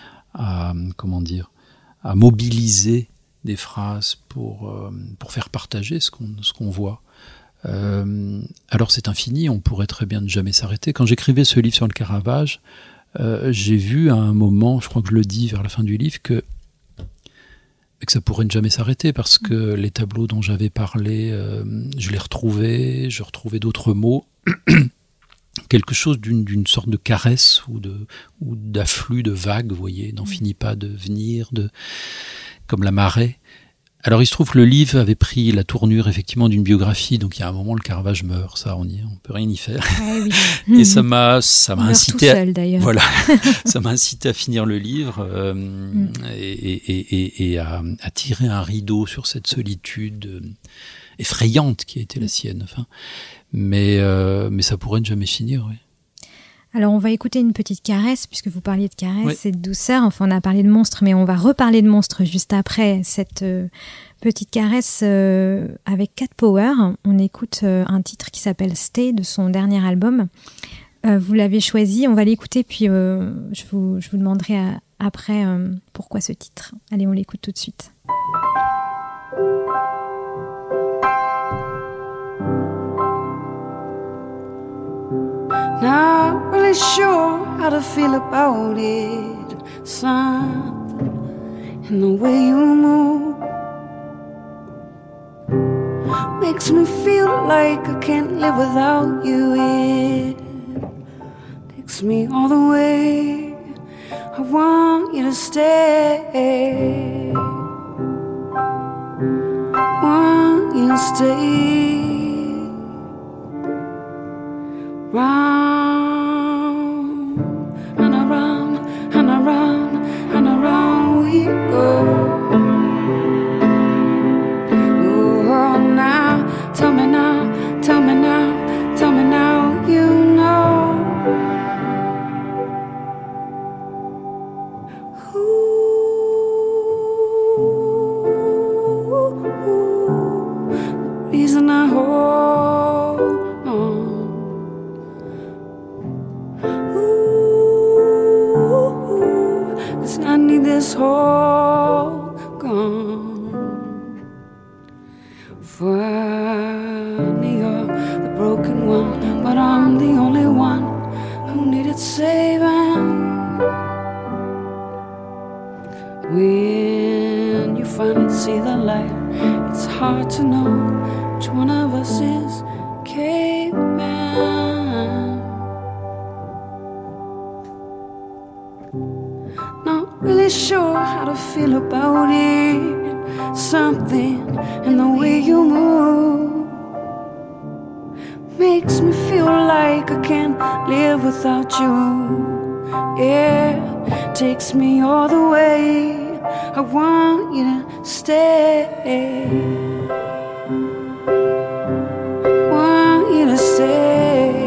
mobiliser des phrases pour faire partager ce qu'on voit, alors c'est infini, on pourrait très bien ne jamais s'arrêter. Quand j'écrivais ce livre sur le Caravage, j'ai vu à un moment, je crois que je le dis vers la fin du livre, que ça pourrait ne jamais s'arrêter, parce que les tableaux dont j'avais parlé, je les retrouvais, je retrouvais d'autres mots, quelque chose d'une sorte de caresse ou d'afflux de vagues, vous voyez, n'en finit pas de venir, comme la marée. Alors il se trouve que le livre avait pris la tournure effectivement d'une biographie, donc il y a un moment le Caravage meurt, ça on peut rien y faire. Ah oui.
Et ça m'a incité
tout seul, d'ailleurs.
Voilà, ça m'a incité à finir le livre et à tirer un rideau sur cette solitude effrayante qui a été la sienne. Enfin, mais ça pourrait ne jamais finir. Oui.
Alors on va écouter une petite caresse, puisque vous parliez de caresse et de douceur. Enfin, on a parlé de monstre, mais on va reparler de monstre juste après cette petite caresse avec Cat Power. On écoute un titre qui s'appelle Stay de son dernier album. Vous l'avez choisi, on va l'écouter, puis je vous demanderai après pourquoi ce titre. Allez, on l'écoute tout de suite.
Not really sure how to feel about it. Something in the way you move makes me feel like I can't live without you. It takes me all the way. I want you to stay. Want you to stay. Round and around and around and around we go. Oh, now, tell me now, tell me now, tell me now, you know. Ooh, the reason I hold on. I need this hole gone. Funny, you're the broken one, but I'm the only one who needed saving. When you finally see the light, it's hard to know which one of us is caving. Really sure how to feel about it. Something in the way you move makes me feel like I can't live without you. Yeah, takes me all the way. I want you to stay. Want you to stay.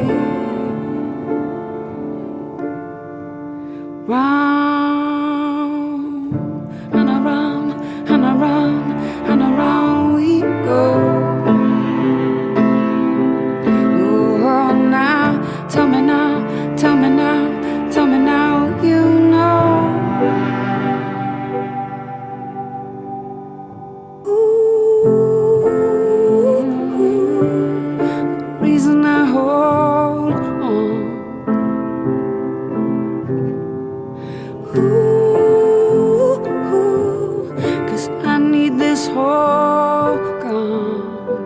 And around we go. Oh, now, tell me now, tell me now, tell me now, you know. Ooh, the reason I hold on. This whole gone.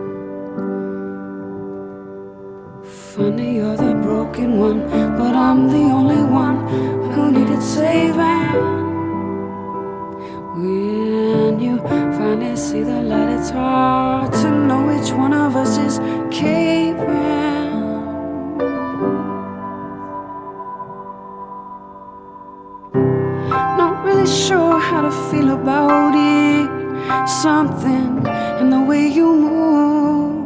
Funny, you're the broken one, but I'm the only one who needed saving. When you finally see the light, it's hard to one of us is caving. Not really sure how to feel about it. Something in the way you move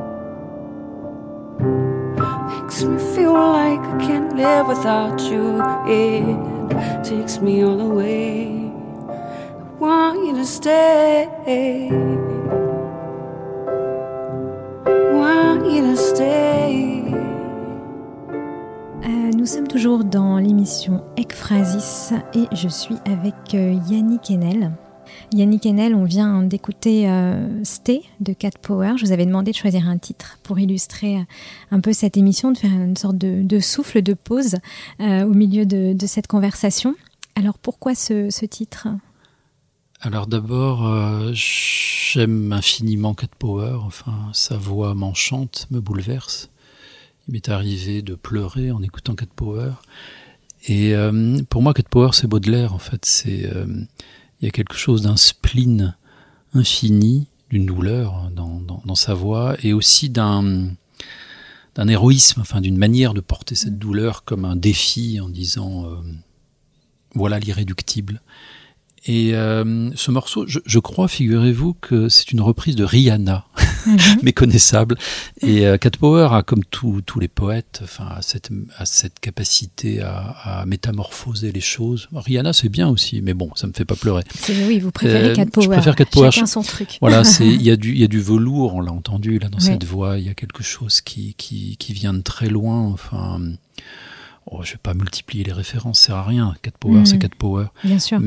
makes me feel like I can't live without you. It takes me all the way. I want you to stay. Want you to stay.
Nous sommes toujours dans l'émission Ekphrasis et je suis avec Yannick Enel. Yannick Enel, on vient d'écouter Stay de Cat Power. Je vous avais demandé de choisir un titre pour illustrer un peu cette émission, de faire une sorte de souffle, de pause au milieu de cette conversation. Alors pourquoi ce titre ?
Alors d'abord, j'aime infiniment Cat Power. Enfin, sa voix m'enchante, me bouleverse. Il m'est arrivé de pleurer en écoutant Cat Power. Et pour moi, Cat Power, c'est Baudelaire, en fait. Il y a quelque chose d'un spleen infini, d'une douleur dans sa voix, et aussi d'un héroïsme, enfin d'une manière de porter cette douleur comme un défi en disant voilà l'irréductible. Et ce morceau, je crois, figurez-vous, que c'est une reprise de Rihanna, méconnaissable. Et Cat Power a, comme tous les poètes, enfin, a cette capacité à métamorphoser les choses. Rihanna, c'est bien aussi, mais bon, ça me fait pas pleurer.
Oui, vous préférez Cat Power.
Je préfère Cat Power.
Chacun son truc.
Voilà, il y a du velours, on l'a entendu là dans cette voix. Il y a quelque chose qui vient de très loin. Enfin. Oh, je vais pas multiplier les références, ça sert à rien. Cat Power, c'est Cat Power.
Bien sûr.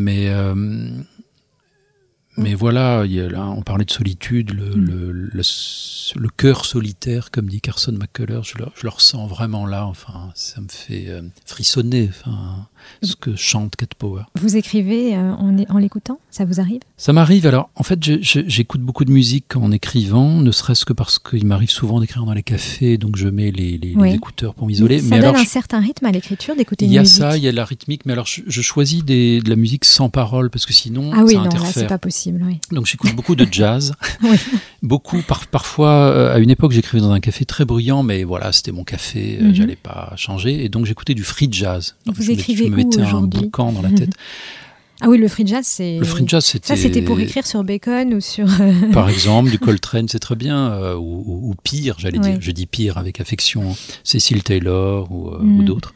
Mais voilà, là, on parlait de solitude, le cœur solitaire, comme dit Carson McCullers, je le ressens vraiment là. Enfin, ça me fait frissonner. Enfin, ce que chante Cat Power.
Vous écrivez en l'écoutant ? Ça vous arrive ?
Ça m'arrive. Alors, en fait, j'écoute beaucoup de musique en écrivant, ne serait-ce que parce qu'il m'arrive souvent d'écrire dans les cafés, donc je mets les écouteurs pour m'isoler.
Ça donne un certain rythme à l'écriture d'écouter une musique.
Il y a ça, il y a la rythmique, mais alors je choisis de la musique sans parole, parce que sinon,
ça
interfère.
Là, c'est pas possible. Oui.
Donc j'écoute beaucoup de jazz. Beaucoup, parfois, à une époque, j'écrivais dans un café très bruyant, mais voilà, c'était mon café, j'allais pas changer, et donc j'écoutais du free jazz.
Vous écrivez
je me mettais un boucan dans la tête.
Ah oui, le free jazz, c'était... Ça, c'était pour écrire sur Bacon ou sur...
Par exemple, du Coltrane, c'est très bien. Ou pire, j'allais dire. Je dis pire avec affection. Cecil Taylor ou d'autres.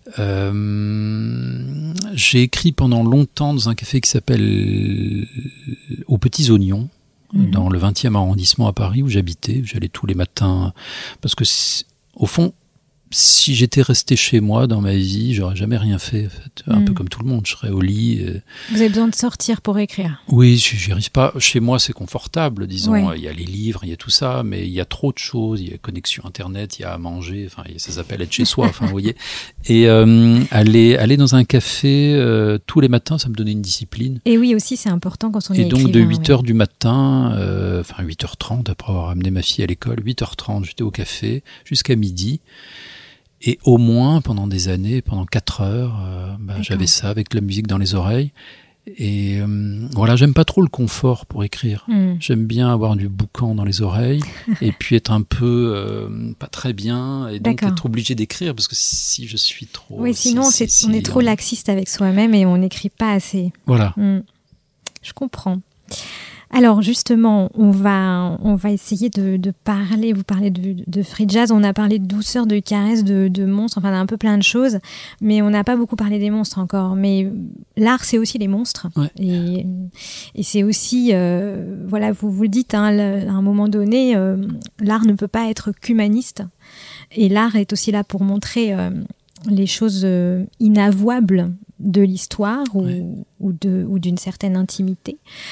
J'ai écrit pendant longtemps dans un café qui s'appelle Aux Petits Oignons, dans le 20e arrondissement à Paris, où j'habitais. J'allais tous les matins. Parce que, au fond, si j'étais resté chez moi dans ma vie, j'aurais jamais rien fait, en fait. Un peu comme tout le monde, je serais au lit.
Vous avez besoin de sortir pour écrire ?
Oui, j'y arrive pas. Chez moi, c'est confortable, disons. Il y a les livres, il y a tout ça, mais il y a trop de choses. Il y a connexion Internet, il y a à manger. Enfin, ça s'appelle être chez soi. Enfin, vous voyez. Et aller dans un café tous les matins, ça me donnait une discipline.
Et oui, aussi, c'est important quand on est écrivain.
Et donc, de 8h du matin, 8h30, après avoir amené ma fille à l'école, 8h30, j'étais au café jusqu'à midi. Et au moins, pendant des années, pendant 4 heures, j'avais ça avec de la musique dans les oreilles. Et voilà, j'aime pas trop le confort pour écrire. J'aime bien avoir du boucan dans les oreilles et puis être un peu pas très bien et donc être obligé d'écrire parce que si je suis trop...
Oui, sinon on est trop laxiste avec soi-même et on n'écrit pas assez.
Voilà.
Je comprends. Alors justement, on va essayer de parler, vous parlez de free jazz, on a parlé de douceur, de caresse, de monstres, enfin un peu plein de choses, mais on n'a pas beaucoup parlé des monstres encore. Mais l'art, c'est aussi les monstres. Et c'est aussi, voilà, vous le dites, à un moment donné, l'art ne peut pas être qu'humaniste. Et l'art est aussi là pour montrer les choses inavouables de l'histoire ou d'une certaine intimité.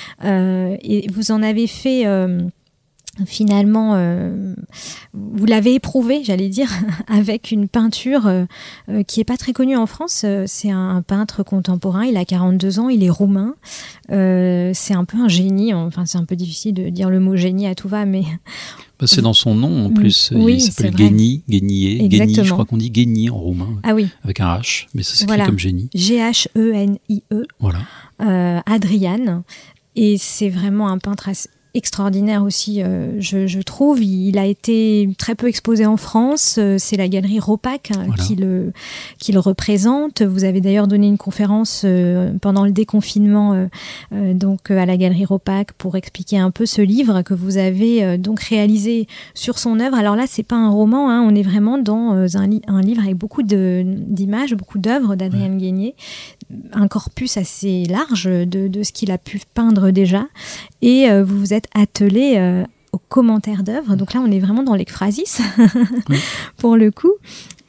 Et vous en avez fait finalement, vous l'avez éprouvé, j'allais dire, avec une peinture qui n'est pas très connue en France. C'est un peintre contemporain, il a 42 ans, il est roumain. C'est un peu un génie, enfin c'est un peu difficile de dire le mot génie à tout va, mais...
c'est dans son nom en plus, il s'appelle Génie, Génie, je crois qu'on dit Génie en roumain, avec un H, mais ça s'écrit comme génie.
G-H-E-N-I-E, Adrian, et c'est vraiment un peintre extraordinaire aussi, je trouve. Il a été très peu exposé en France. C'est la galerie Ropac qui le représente. Vous avez d'ailleurs donné une conférence pendant le déconfinement donc à la galerie Ropac pour expliquer un peu ce livre que vous avez donc réalisé sur son œuvre. Alors là, c'est pas un roman, on est vraiment dans un livre avec beaucoup d'images, beaucoup d'œuvres d'Adrian Guégnier, un corpus assez large de ce qu'il a pu peindre déjà. Et vous vous êtes attelé aux commentaires d'œuvres. Donc là, on est vraiment dans l'ekphrasis, pour le coup.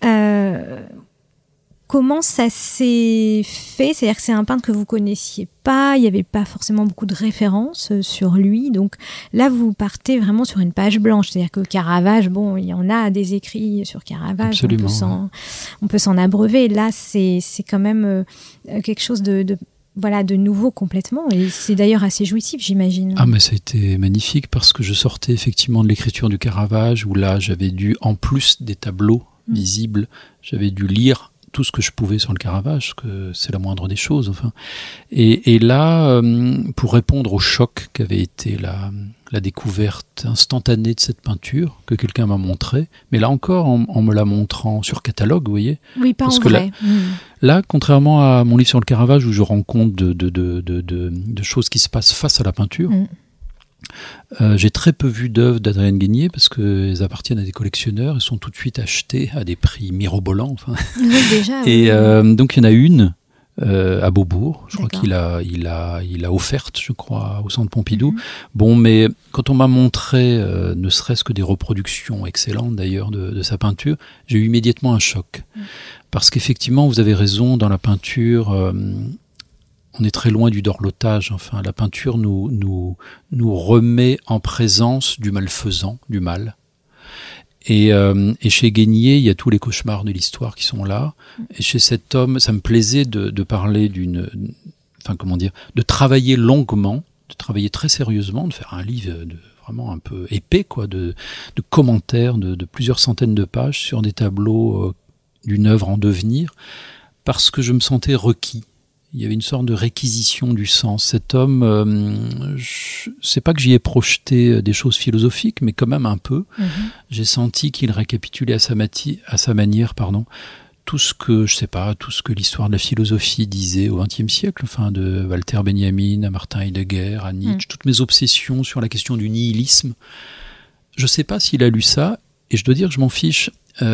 Comment ça s'est fait ? C'est-à-dire que c'est un peintre que vous connaissiez pas, il n'y avait pas forcément beaucoup de références sur lui. Donc là, vous partez vraiment sur une page blanche. C'est-à-dire que Caravage, bon, il y en a des écrits sur Caravage, on peut s'en abreuver. Là, c'est quand même quelque chose de nouveau complètement. Et c'est d'ailleurs assez jouissif, j'imagine.
Ah, mais ça a été magnifique parce que je sortais effectivement de l'écriture du Caravage où là, j'avais dû, en plus des tableaux visibles, j'avais dû lire tout ce que je pouvais sur le Caravage, que c'est la moindre des choses, enfin. Et là, pour répondre au choc qu'avait été la découverte instantanée de cette peinture, que quelqu'un m'a montrée, mais là encore, en me la montrant sur catalogue, vous voyez.
Oui, pas
parce
en
que
vrai.
Là, contrairement à mon livre sur le Caravage, où je rends compte de choses qui se passent face à la peinture, j'ai très peu vu d'œuvres d'Adrian Guégnier parce qu'elles appartiennent à des collectionneurs, elles sont tout de suite achetées à des prix mirobolants. Enfin.
Oui, déjà.
Et donc il y en a une à Beaubourg, je crois qu'il a offerte, je crois, au Centre Pompidou. Bon, mais quand on m'a montré, ne serait-ce que des reproductions excellentes d'ailleurs de sa peinture, j'ai eu immédiatement un choc. Parce qu'effectivement, vous avez raison, dans la peinture, on est très loin du dorlotage. Enfin, la peinture nous remet en présence du malfaisant, du mal. Et chez Guégnier, il y a tous les cauchemars de l'histoire qui sont là. Et chez cet homme, ça me plaisait de parler de travailler longuement, de travailler très sérieusement, de faire un livre vraiment un peu épais, quoi, de commentaires de plusieurs centaines de pages sur des tableaux d'une œuvre en devenir, parce que je me sentais requis. Il y avait une sorte de réquisition du sens. Cet homme, c'est pas que j'y ai projeté des choses philosophiques, mais quand même un peu. J'ai senti qu'il récapitulait à sa manière, tout ce que l'histoire de la philosophie disait au XXe siècle, enfin de Walter Benjamin à Martin Heidegger, à Nietzsche, toutes mes obsessions sur la question du nihilisme. Je sais pas s'il a lu ça, et je dois dire que je m'en fiche.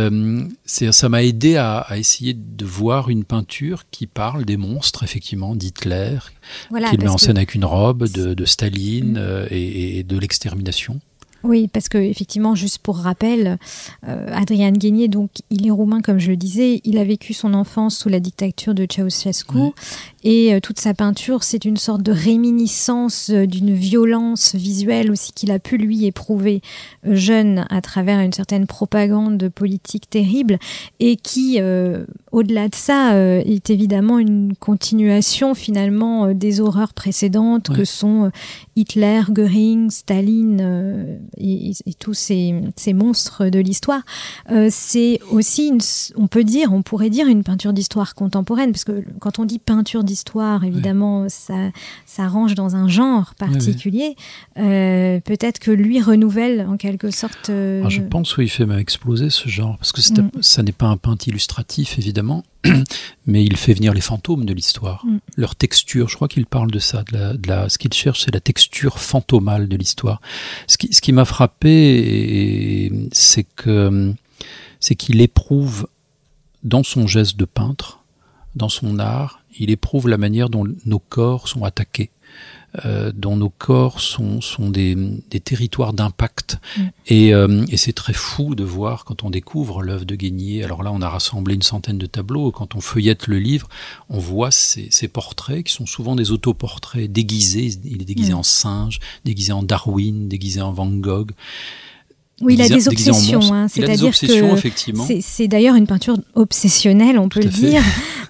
Ça m'a aidé à essayer de voir une peinture qui parle des monstres, effectivement, d'Hitler, qu'il met en scène avec une robe, de Staline et de l'extermination.
Oui, parce que effectivement, juste pour rappel, Adrian Guégnier, donc il est roumain comme je le disais, il a vécu son enfance sous la dictature de Ceausescu et toute sa peinture, c'est une sorte de réminiscence d'une violence visuelle aussi qu'il a pu lui éprouver jeune à travers une certaine propagande politique terrible et qui, au-delà de ça, est évidemment une continuation finalement des horreurs précédentes que sont Hitler, Göring, Staline et tous ces monstres de l'histoire. C'est aussi, on pourrait dire une peinture d'histoire contemporaine, parce que quand on dit peinture d'histoire, évidemment, ça range dans un genre particulier. Peut-être que lui renouvelle en quelque sorte...
Je pense qu'il fait même exploser ce genre, parce que ça n'est pas un peintre illustratif, évidemment, mais il fait venir les fantômes de l'histoire. Leur texture, je crois qu'il parle de ça, ce qu'il cherche, c'est la texture fantomale de l'histoire. Ce qui m'a frappé, c'est qu'il éprouve dans son geste de peintre, dans son art, il éprouve la manière dont nos corps sont attaqués, dont nos corps sont des territoires d'impact. Et c'est très fou de voir quand on découvre l'œuvre de Guégnier. Alors là, on a rassemblé une centaine de tableaux. Quand on feuillette le livre, on voit ces portraits qui sont souvent des autoportraits déguisés. Il est déguisé en singe, déguisé en Darwin, déguisé en Van Gogh.
Oui, il a des obsessions,
c'est-à-dire que
c'est d'ailleurs une peinture obsessionnelle, on peut le dire.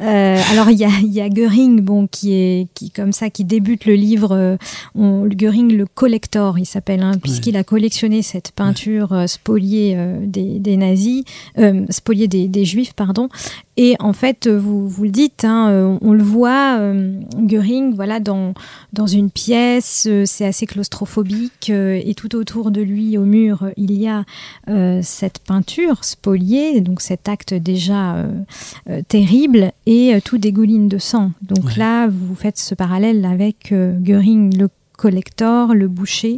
Alors il y a Göring, qui débute le livre. Göring le collector, il s'appelle, puisqu'il a collectionné cette peinture spoliée des nazis, spoliée des juifs, pardon. Et en fait, vous le dites, on le voit, Göring, voilà, dans une pièce, c'est assez claustrophobique, et tout autour de lui, au mur, il y a cette peinture spoliée, donc cet acte déjà terrible, et tout dégouline de sang. Donc là, vous faites ce parallèle avec Göring, le collector, le boucher,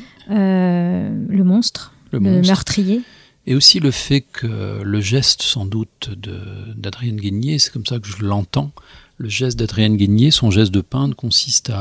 le monstre, le meurtrier.
Et aussi le fait que le geste, sans doute, d'Adrienne Guégnier, c'est comme ça que je l'entends, le geste d'Adrienne Guégnier, son geste de peindre, consiste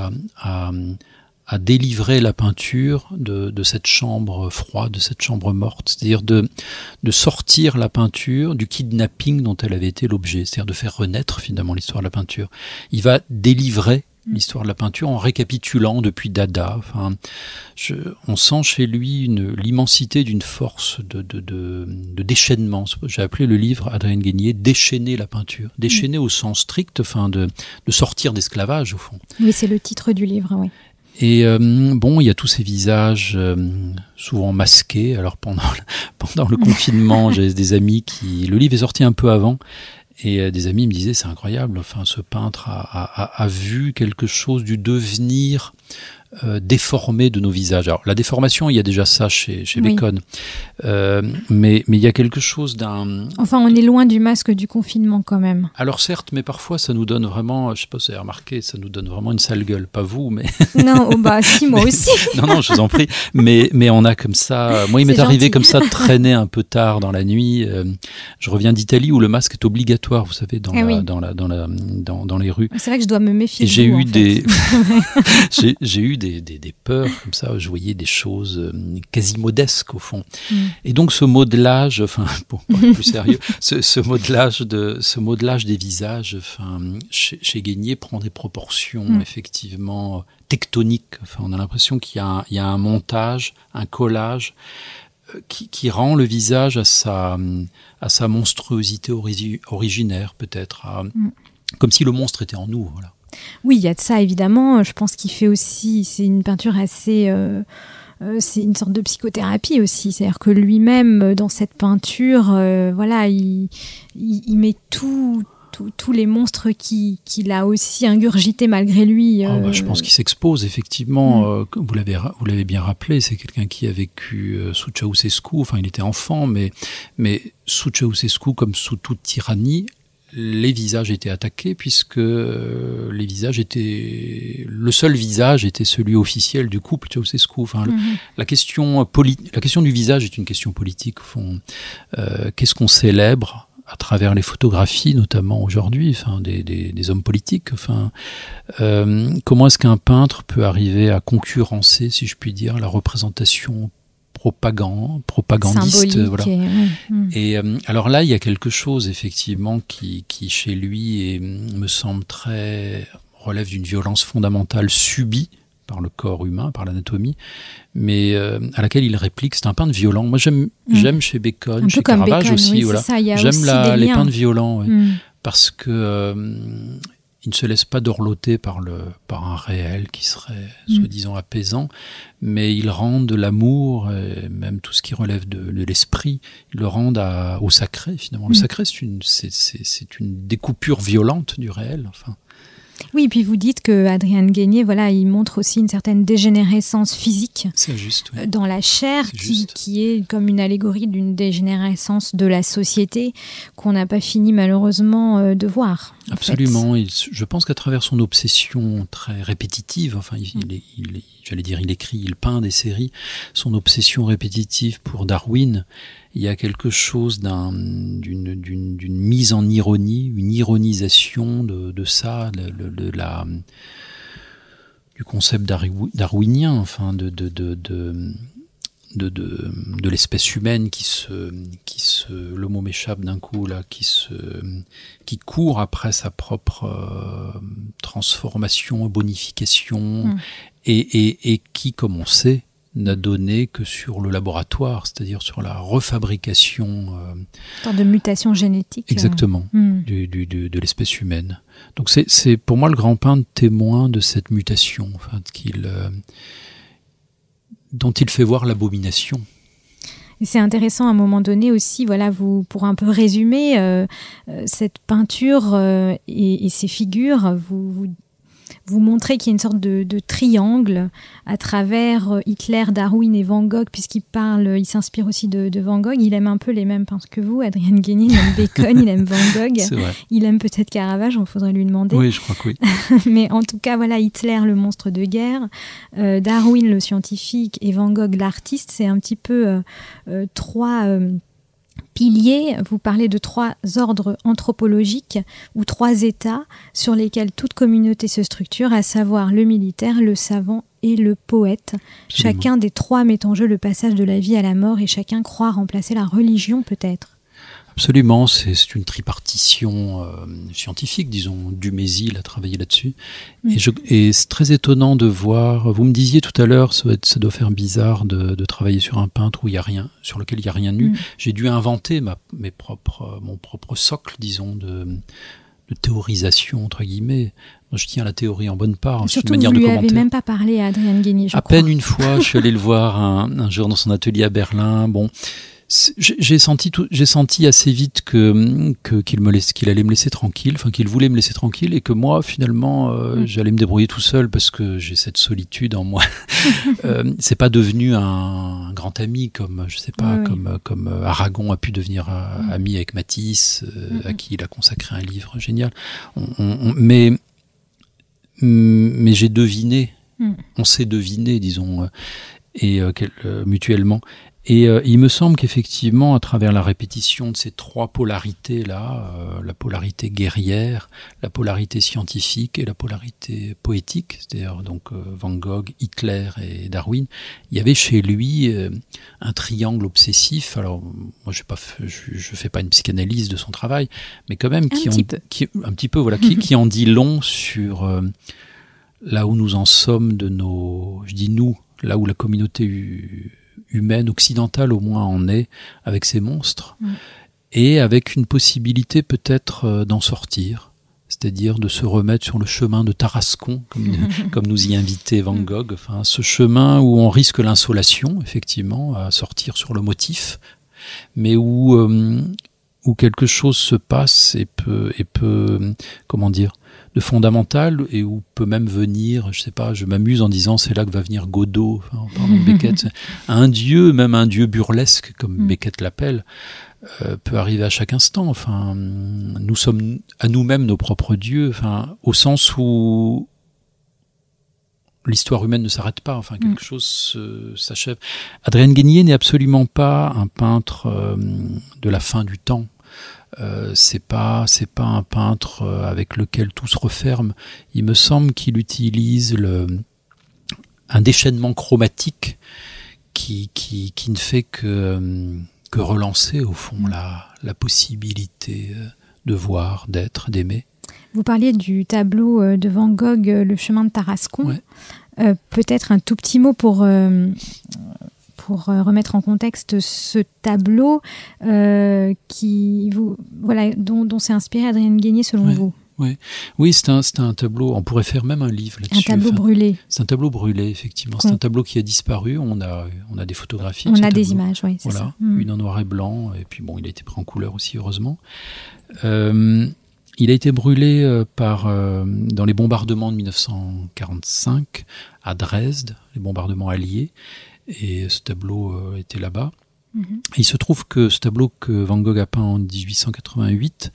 à délivrer la peinture de cette chambre froide, de cette chambre morte, c'est-à-dire de sortir la peinture du kidnapping dont elle avait été l'objet, c'est-à-dire de faire renaître finalement l'histoire de la peinture. Il va délivrer l'histoire de la peinture en récapitulant depuis Dada. Enfin, on sent chez lui l'immensité d'une force de déchaînement. J'ai appelé le livre Adrienne Guégnier Déchaîner la peinture. Déchaîner au sens strict, de sortir d'esclavage au fond.
Oui, c'est le titre du livre, oui.
Et il y a tous ces visages souvent masqués. Alors pendant le confinement, j'ai des amis le livre est sorti un peu avant. Et des amis me disaient, c'est incroyable, enfin, ce peintre a vu quelque chose du devenir déformé de nos visages. Alors, la déformation, il y a déjà ça chez Bacon. Mais il y a quelque chose d'un...
Enfin, on est loin du masque du confinement, quand même.
Alors, certes, mais parfois, ça nous donne vraiment, je sais pas si vous avez remarqué, ça nous donne vraiment une sale gueule. Pas vous, mais...
Non, si, moi aussi.
Non, je vous en prie. Mais on a comme ça... Moi, il m'est arrivé comme ça de traîner un peu tard dans la nuit. Je reviens d'Italie où le masque est obligatoire, vous savez, dans les rues.
C'est vrai que je dois me méfier.
Et j'ai eu j'ai eu des peurs comme ça, je voyais des choses quasi modesques au fond. Et donc ce modelage, enfin pour être plus sérieux, ce modelage des visages, enfin chez Guégnier prend des proportions effectivement tectoniques. Enfin on a l'impression qu'il y a un montage, un collage qui rend le visage à sa monstruosité originaire peut-être, comme si le monstre était en nous, voilà.
Oui, il y a de ça, évidemment. Je pense qu'il fait aussi... C'est une peinture assez... c'est une sorte de psychothérapie aussi. C'est-à-dire que lui-même, dans cette peinture, il met tous les monstres qu'il a aussi ingurgités malgré lui.
Je pense qu'il s'expose, effectivement. Vous l'avez bien rappelé, c'est quelqu'un qui a vécu sous Ceausescu. Enfin, il était enfant, mais sous Ceausescu, comme sous toute tyrannie, les visages étaient attaqués puisque le seul visage était celui officiel du couple Ceausescu. Enfin, la question du visage est une question politique au fond. Qu'est-ce qu'on célèbre à travers les photographies, notamment aujourd'hui, enfin des hommes politiques. Enfin, comment est-ce qu'un peintre peut arriver à concurrencer, si je puis dire, la représentation propagandiste, voilà. Et alors là, il y a quelque chose effectivement qui chez lui me semble relève d'une violence fondamentale subie par le corps humain, par l'anatomie, mais à laquelle il réplique. C'est un peintre violent. Moi, j'aime chez Bacon, chez Caravage aussi.
Oui,
voilà. J'aime les peintres violents, parce que il ne se laisse pas dorloter par un réel qui serait soi-disant apaisant, mais il rend de l'amour, et même tout ce qui relève de l'esprit, il le rend au sacré finalement. Le sacré, c'est une découpure violente du réel. Enfin.
Oui, puis vous dites que Adrienne Guégnier, il montre aussi une certaine dégénérescence physique dans la chair, qui est comme une allégorie d'une dégénérescence de la société qu'on n'a pas fini malheureusement de voir.
Absolument. Je pense qu'à travers son obsession très répétitive, enfin, il écrit, il peint des séries, son obsession répétitive pour Darwin, il y a quelque chose d'une mise en ironie, une ironisation de ça, du concept darwinien, enfin de l'espèce humaine le mot m'échappe d'un coup là, qui court après sa propre transformation, bonification, et qui, comme on sait, n'a donné que sur le laboratoire, c'est-à-dire sur la refabrication.
Une sorte de mutation génétique.
Exactement, de l'espèce humaine. Donc c'est pour moi le grand peintre témoin de cette mutation, dont il fait voir l'abomination.
Et c'est intéressant à un moment donné aussi, pour un peu résumer cette peinture et ces figures, vous montrez qu'il y a une sorte de triangle à travers Hitler, Darwin et Van Gogh, il s'inspire aussi de Van Gogh. Il aime un peu les mêmes peintres que vous. Adrien Guénier, il aime Bacon, il aime Van Gogh.
C'est vrai.
Il aime peut-être Caravage, il faudrait lui demander.
Oui, je crois que oui.
Mais en tout cas, Hitler, le monstre de guerre, Darwin, le scientifique, et Van Gogh, l'artiste, c'est un petit peu trois... piliers. Vous parlez de 3 ordres anthropologiques ou 3 états sur lesquels toute communauté se structure, à savoir le militaire, le savant et le poète.
Absolument.
Chacun des 3 met en jeu le passage de la vie à la mort et chacun croit remplacer la religion peut-être.
Absolument, c'est une tripartition scientifique, disons. Dumézil a travaillé là-dessus. Et c'est très étonnant de voir, vous me disiez tout à l'heure, ça doit faire bizarre de travailler sur un peintre où il y a rien, sur lequel il n'y a rien eu. J'ai dû inventer mon propre socle, disons, de théorisation, entre guillemets. Moi, je tiens à la théorie en bonne part.
Surtout, vous ne lui avez même pas parlé à Adrien Guénier, je crois.
À peine une fois, je suis allé le voir un jour dans son atelier à Berlin. Bon, j'ai senti assez vite qu'il allait me laisser tranquille, qu'il voulait me laisser tranquille, et que moi, finalement, j'allais me débrouiller tout seul parce que j'ai cette solitude en moi. C'est pas devenu un grand ami comme, je sais pas, comme Aragon a pu devenir ami avec Matisse, à qui il a consacré un livre génial. Mais j'ai deviné, on s'est deviné, disons, mutuellement. Et il me semble qu'effectivement, à travers la répétition de ces 3 polarités-là, la polarité guerrière, la polarité scientifique et la polarité poétique, c'est-à-dire donc Van Gogh, Hitler et Darwin, il y avait chez lui un triangle obsessif. Alors moi, je fais pas une psychanalyse de son travail, mais quand même qui en dit long sur là où nous en sommes je dis nous, là où la communauté humaine, occidentale au moins en est, avec ces monstres, et avec une possibilité peut-être d'en sortir, c'est-à-dire de se remettre sur le chemin de Tarascon, comme nous y invitait Van Gogh, ce chemin où on risque l'insolation, effectivement, à sortir sur le motif, mais où quelque chose se passe et peut comment dire, de fondamental, et où peut même venir, je sais pas, je m'amuse en disant c'est là que va venir Godot, en parlant de Beckett, un dieu, même un dieu burlesque comme Beckett l'appelle, peut arriver à chaque instant. Nous sommes à nous-mêmes nos propres dieux, au sens où l'histoire humaine ne s'arrête pas, quelque chose s'achève. Adrien Guénier n'est absolument pas un peintre de la fin du temps. C'est pas un peintre avec lequel tout se referme. Il me semble qu'il utilise un déchaînement chromatique qui ne fait que relancer au fond la possibilité de voir, d'être, d'aimer. Vous parliez du tableau de Van Gogh, Le chemin de Tarascon. Ouais.
Peut-être un tout petit mot pour remettre en contexte ce tableau dont s'est inspiré Adrien Guénier selon vous.
Oui, c'est un tableau, on pourrait faire même un livre là-dessus.
Un tableau brûlé.
C'est un tableau brûlé, effectivement. C'est un tableau qui a disparu, on a des photographies.
On a des images, oui, c'est ça.
Une en noir et blanc, et puis il a été pris en couleur aussi, heureusement. Il a été brûlé dans les bombardements de 1945 à Dresde, les bombardements alliés. Et ce tableau était là-bas. Et il se trouve que ce tableau que Van Gogh a peint en 1888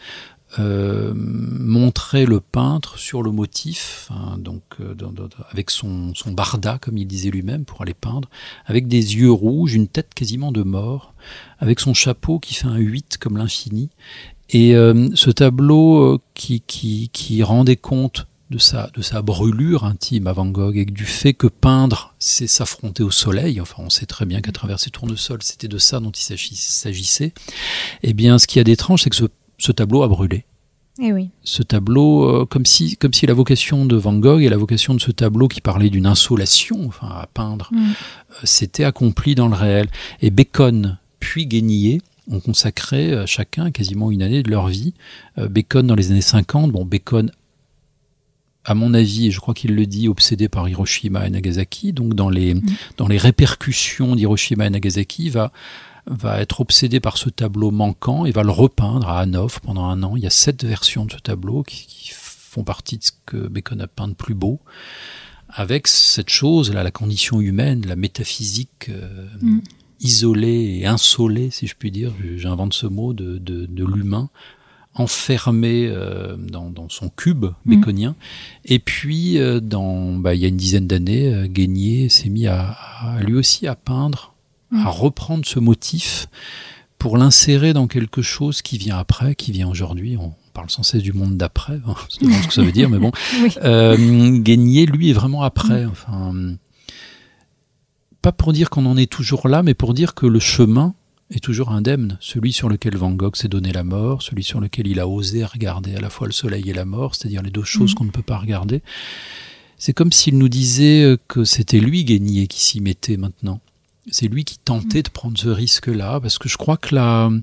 montrait le peintre sur le motif, avec son barda, comme il disait lui-même, pour aller peindre, avec des yeux rouges, une tête quasiment de mort, avec son chapeau qui fait un 8 comme l'infini. Et ce tableau qui rendait compte de sa brûlure intime à Van Gogh, et du fait que peindre, c'est s'affronter au soleil. On sait très bien qu'à travers ces tournesols, c'était de ça dont il s'agissait. Eh bien, ce qu'il y a d'étrange, c'est que ce tableau a brûlé.
Eh oui.
Ce tableau, comme si la vocation de Van Gogh et la vocation de ce tableau qui parlait d'une insolation, enfin à peindre, s'était accomplie dans le réel. Et Bacon puis Guénier ont consacré chacun quasiment une année de leur vie. Bacon dans les années 50, Bacon, à mon avis, et je crois qu'il le dit, obsédé par Hiroshima et Nagasaki, donc dans les répercussions d'Hiroshima et Nagasaki, va être obsédé par ce tableau manquant et va le repeindre à Hanovre pendant 1 an. Il y a 7 versions de ce tableau qui font partie de ce que Bacon a peint de plus beau, avec cette chose, là, la condition humaine, la métaphysique isolée et insolée, si je puis dire, j'invente ce mot, de l'humain, enfermé dans son cube baconien. Et puis, il y a une dizaine d'années, Guénier s'est mis à lui aussi à peindre, à reprendre ce motif pour l'insérer dans quelque chose qui vient après, qui vient aujourd'hui. On parle sans cesse du monde d'après, je ne sais pas ce que ça veut dire, mais bon. Oui. Guénier, lui, est vraiment après. Enfin, pas pour dire qu'on en est toujours là, mais pour dire que le chemin est toujours indemne. Celui sur lequel Van Gogh s'est donné la mort, celui sur lequel il a osé regarder à la fois le soleil et la mort, c'est-à-dire les 2 choses qu'on ne peut pas regarder. C'est comme s'il nous disait que c'était lui, Guénier, qui s'y mettait maintenant. C'est lui qui tentait de prendre ce risque-là, parce que je crois qu'on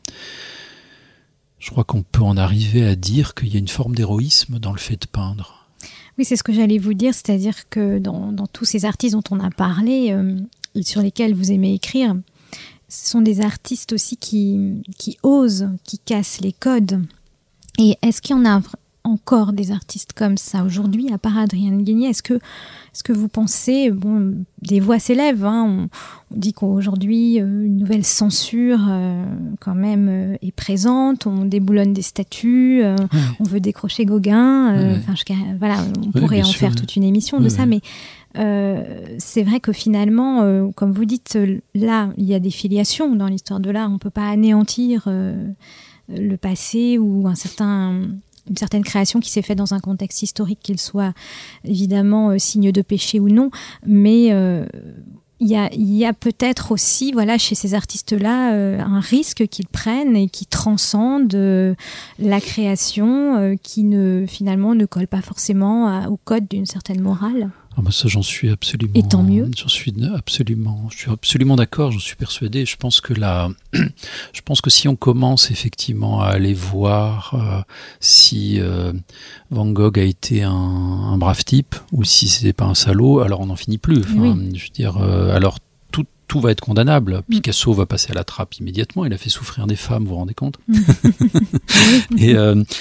peut en arriver à dire qu'il y a une forme d'héroïsme dans le fait de peindre.
Oui, c'est ce que j'allais vous dire, c'est-à-dire que dans tous ces artistes dont on a parlé, sur lesquels vous aimez écrire, ce sont des artistes aussi qui osent, qui cassent les codes. Et est-ce qu'il y en a encore des artistes comme ça aujourd'hui, à part Adrienne Guénier? Est-ce que vous pensez, des voix s'élèvent, on dit qu'aujourd'hui une nouvelle censure quand même est présente, on déboulonne des statues, on veut décrocher Gauguin, on pourrait en faire toute une émission de ça, mais c'est vrai que finalement, comme vous dites, là il y a des filiations dans l'histoire de l'art, on ne peut pas anéantir le passé ou une certaine création qui s'est faite dans un contexte historique, qu'il soit évidemment signe de péché ou non, mais il y a peut-être aussi, chez ces artistes-là, un risque qu'ils prennent et qui transcende la création, qui finalement ne colle pas forcément au code d'une certaine morale.
Ça, j'en suis absolument.
Et tant mieux.
Je suis absolument d'accord. J'en suis persuadé. Je pense que si on commence effectivement à aller voir si Van Gogh a été un brave type ou si c'était pas un salaud, alors on n'en finit plus. Je veux dire, alors tout va être condamnable. Picasso va passer à la trappe immédiatement. Il a fait souffrir des femmes, vous vous rendez compte? Et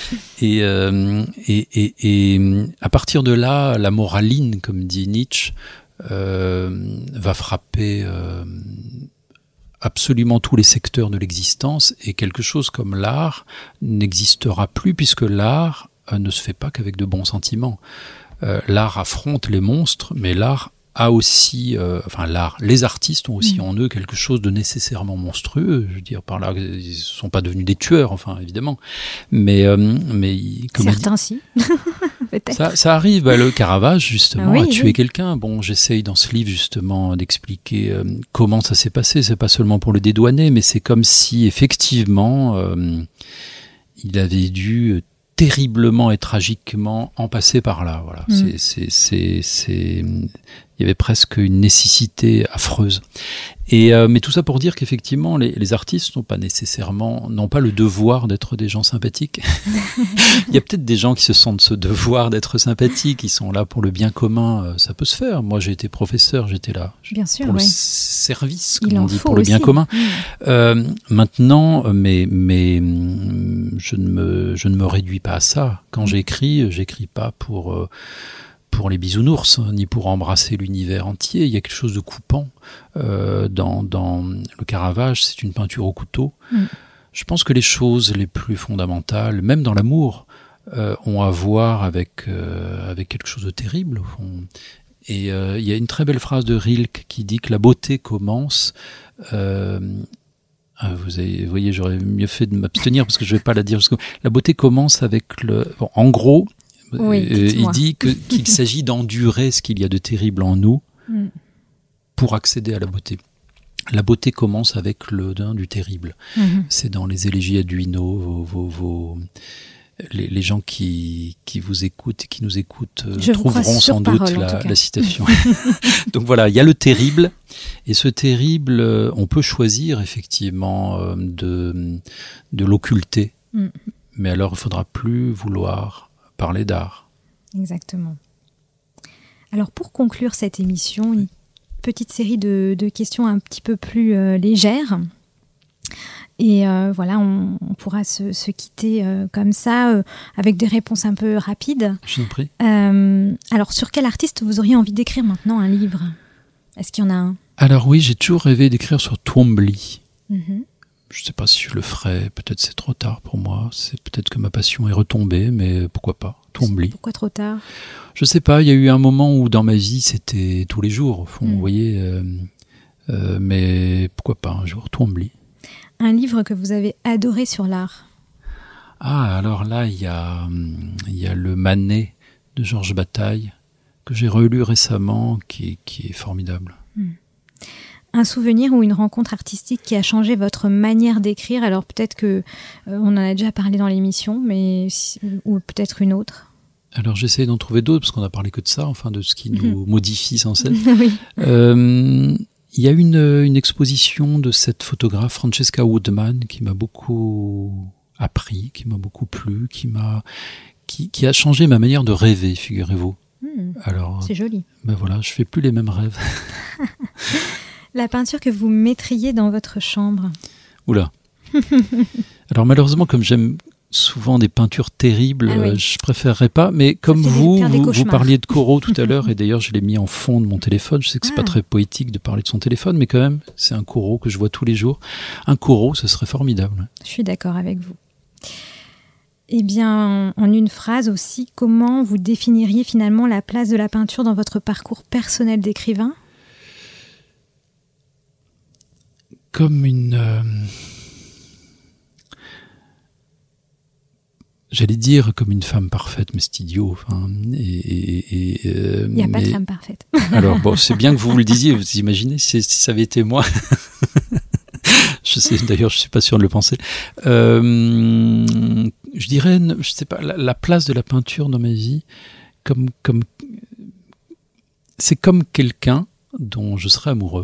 à partir de là, la moraline, comme dit Nietzsche, va frapper absolument tous les secteurs de l'existence, et quelque chose comme l'art n'existera plus, puisque l'art ne se fait pas qu'avec de bons sentiments. L'art affronte les monstres, mais l'art a aussi, les artistes ont aussi en eux quelque chose de nécessairement monstrueux. Je veux dire, par là, ils ne sont pas devenus des tueurs, évidemment. Mais
certains, si. Peut-être.
Ça arrive. Le Caravage, justement, a tué quelqu'un. J'essaye dans ce livre, justement, d'expliquer comment ça s'est passé. C'est pas seulement pour le dédouaner, mais c'est comme si, effectivement, il avait dû terriblement et tragiquement en passer par là. Voilà. Il y avait presque une nécessité affreuse. Mais tout ça pour dire qu'effectivement, les artistes n'ont pas le devoir d'être des gens sympathiques. Il y a peut-être des gens qui se sentent ce devoir d'être sympathiques, qui sont là pour le bien commun. Ça peut se faire. Moi, j'ai été professeur, j'étais là pour le service, comme on dit, pour le bien commun. Maintenant, mais je ne me réduis pas à ça. Quand j'écris pas pour les bisounours, ni pour embrasser l'univers entier. Il y a quelque chose de coupant dans le Caravage. C'est une peinture au couteau. Je pense que les choses les plus fondamentales, même dans l'amour, ont à voir avec quelque chose de terrible, au fond. Et il y a une très belle phrase de Rilke qui dit que la beauté commence... vous voyez, j'aurais mieux fait de m'abstenir parce que je ne vais pas la dire. La beauté commence avec en gros... il dit qu'il s'agit d'endurer ce qu'il y a de terrible en nous pour accéder à la beauté. La beauté commence avec le din du terrible. C'est dans les élégies à Duino, les gens qui vous écoutent et qui nous écoutent
Je
trouveront sans doute la citation. Donc voilà, il y a le terrible. Et ce terrible, on peut choisir effectivement de l'occulter. Mais alors, il ne faudra plus vouloir parler d'art.
Exactement. Alors, pour conclure cette émission, une petite série de questions un petit peu plus légères. Et voilà, on pourra se quitter comme ça, avec des réponses un peu rapides.
Je vous en prie.
Alors, sur quel artiste vous auriez envie d'écrire maintenant un livre ? Est-ce qu'il y en a un ?
Alors oui, j'ai toujours rêvé d'écrire sur Twombly. Je ne sais pas si je le ferai, peut-être c'est trop tard pour moi, c'est peut-être que ma passion est retombée, mais pourquoi pas, Twombly.
Pourquoi trop tard ?
Je ne sais pas, il y a eu un moment où dans ma vie c'était tous les jours, au fond, vous voyez, mais pourquoi pas un jour, Twombly.
Un livre que vous avez adoré sur l'art ?
Ah, alors là, il y a le Manet de Georges Bataille, que j'ai relu récemment, qui est formidable.
Un souvenir ou une rencontre artistique qui a changé votre manière d'écrire ? Alors peut-être que on en a déjà parlé dans l'émission, mais ou peut-être une autre.
Alors j'essaie d'en trouver d'autres parce qu'on a parlé que de ça, enfin de ce qui nous modifie sans cesse.
Oui.
Il y a une exposition de cette photographe Francesca Woodman qui m'a beaucoup appris, qui m'a beaucoup plu, qui a changé ma manière de rêver, figurez-vous. Alors
c'est joli.
Ben voilà, je fais plus les mêmes rêves.
La peinture que vous mettriez dans votre chambre ?
Oula. Alors malheureusement, comme j'aime souvent des peintures terribles, je préférerais pas. Mais comme vous parliez de Corot tout à l'heure, et d'ailleurs je l'ai mis en fond de mon téléphone. Je sais que c'est pas très poétique de parler de son téléphone, mais quand même, c'est un Corot que je vois tous les jours. Un Corot, ce serait formidable.
Je suis d'accord avec vous. Eh bien, en une phrase aussi, comment vous définiriez finalement la place de la peinture dans votre parcours personnel d'écrivain ?
Comme j'allais dire comme une femme parfaite, mais c'est idiot.
Il n'y a pas de femme parfaite.
Alors bon, c'est bien que vous le disiez. Vous imaginez si ça avait été moi. D'ailleurs, je suis pas sûr de le penser. Je dirais, je sais pas, la place de la peinture dans ma vie, c'est comme quelqu'un dont je serais amoureux.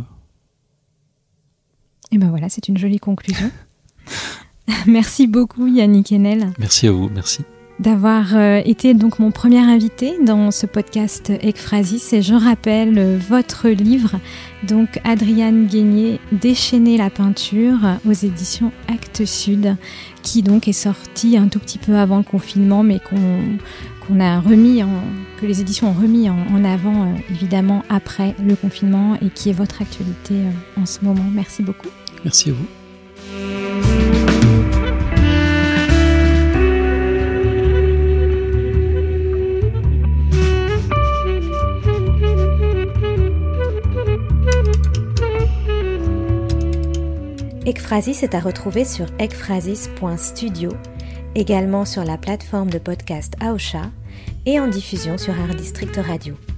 Et ben voilà, c'est une jolie conclusion. Merci beaucoup Yannick Enel.
Merci à vous, merci.
D'avoir été donc mon premier invité dans ce podcast Ekphrasis. Et je rappelle votre livre, donc Adriane Guénier, Déchaîner la peinture, aux éditions Actes Sud, qui donc est sorti un tout petit peu avant le confinement, mais que les éditions ont remis en avant évidemment après le confinement, et qui est votre actualité en ce moment. Merci beaucoup.
Merci à vous.
Ekphrasis est à retrouver sur ekphrasis.studio, également sur la plateforme de podcast Aosha et en diffusion sur Art District Radio.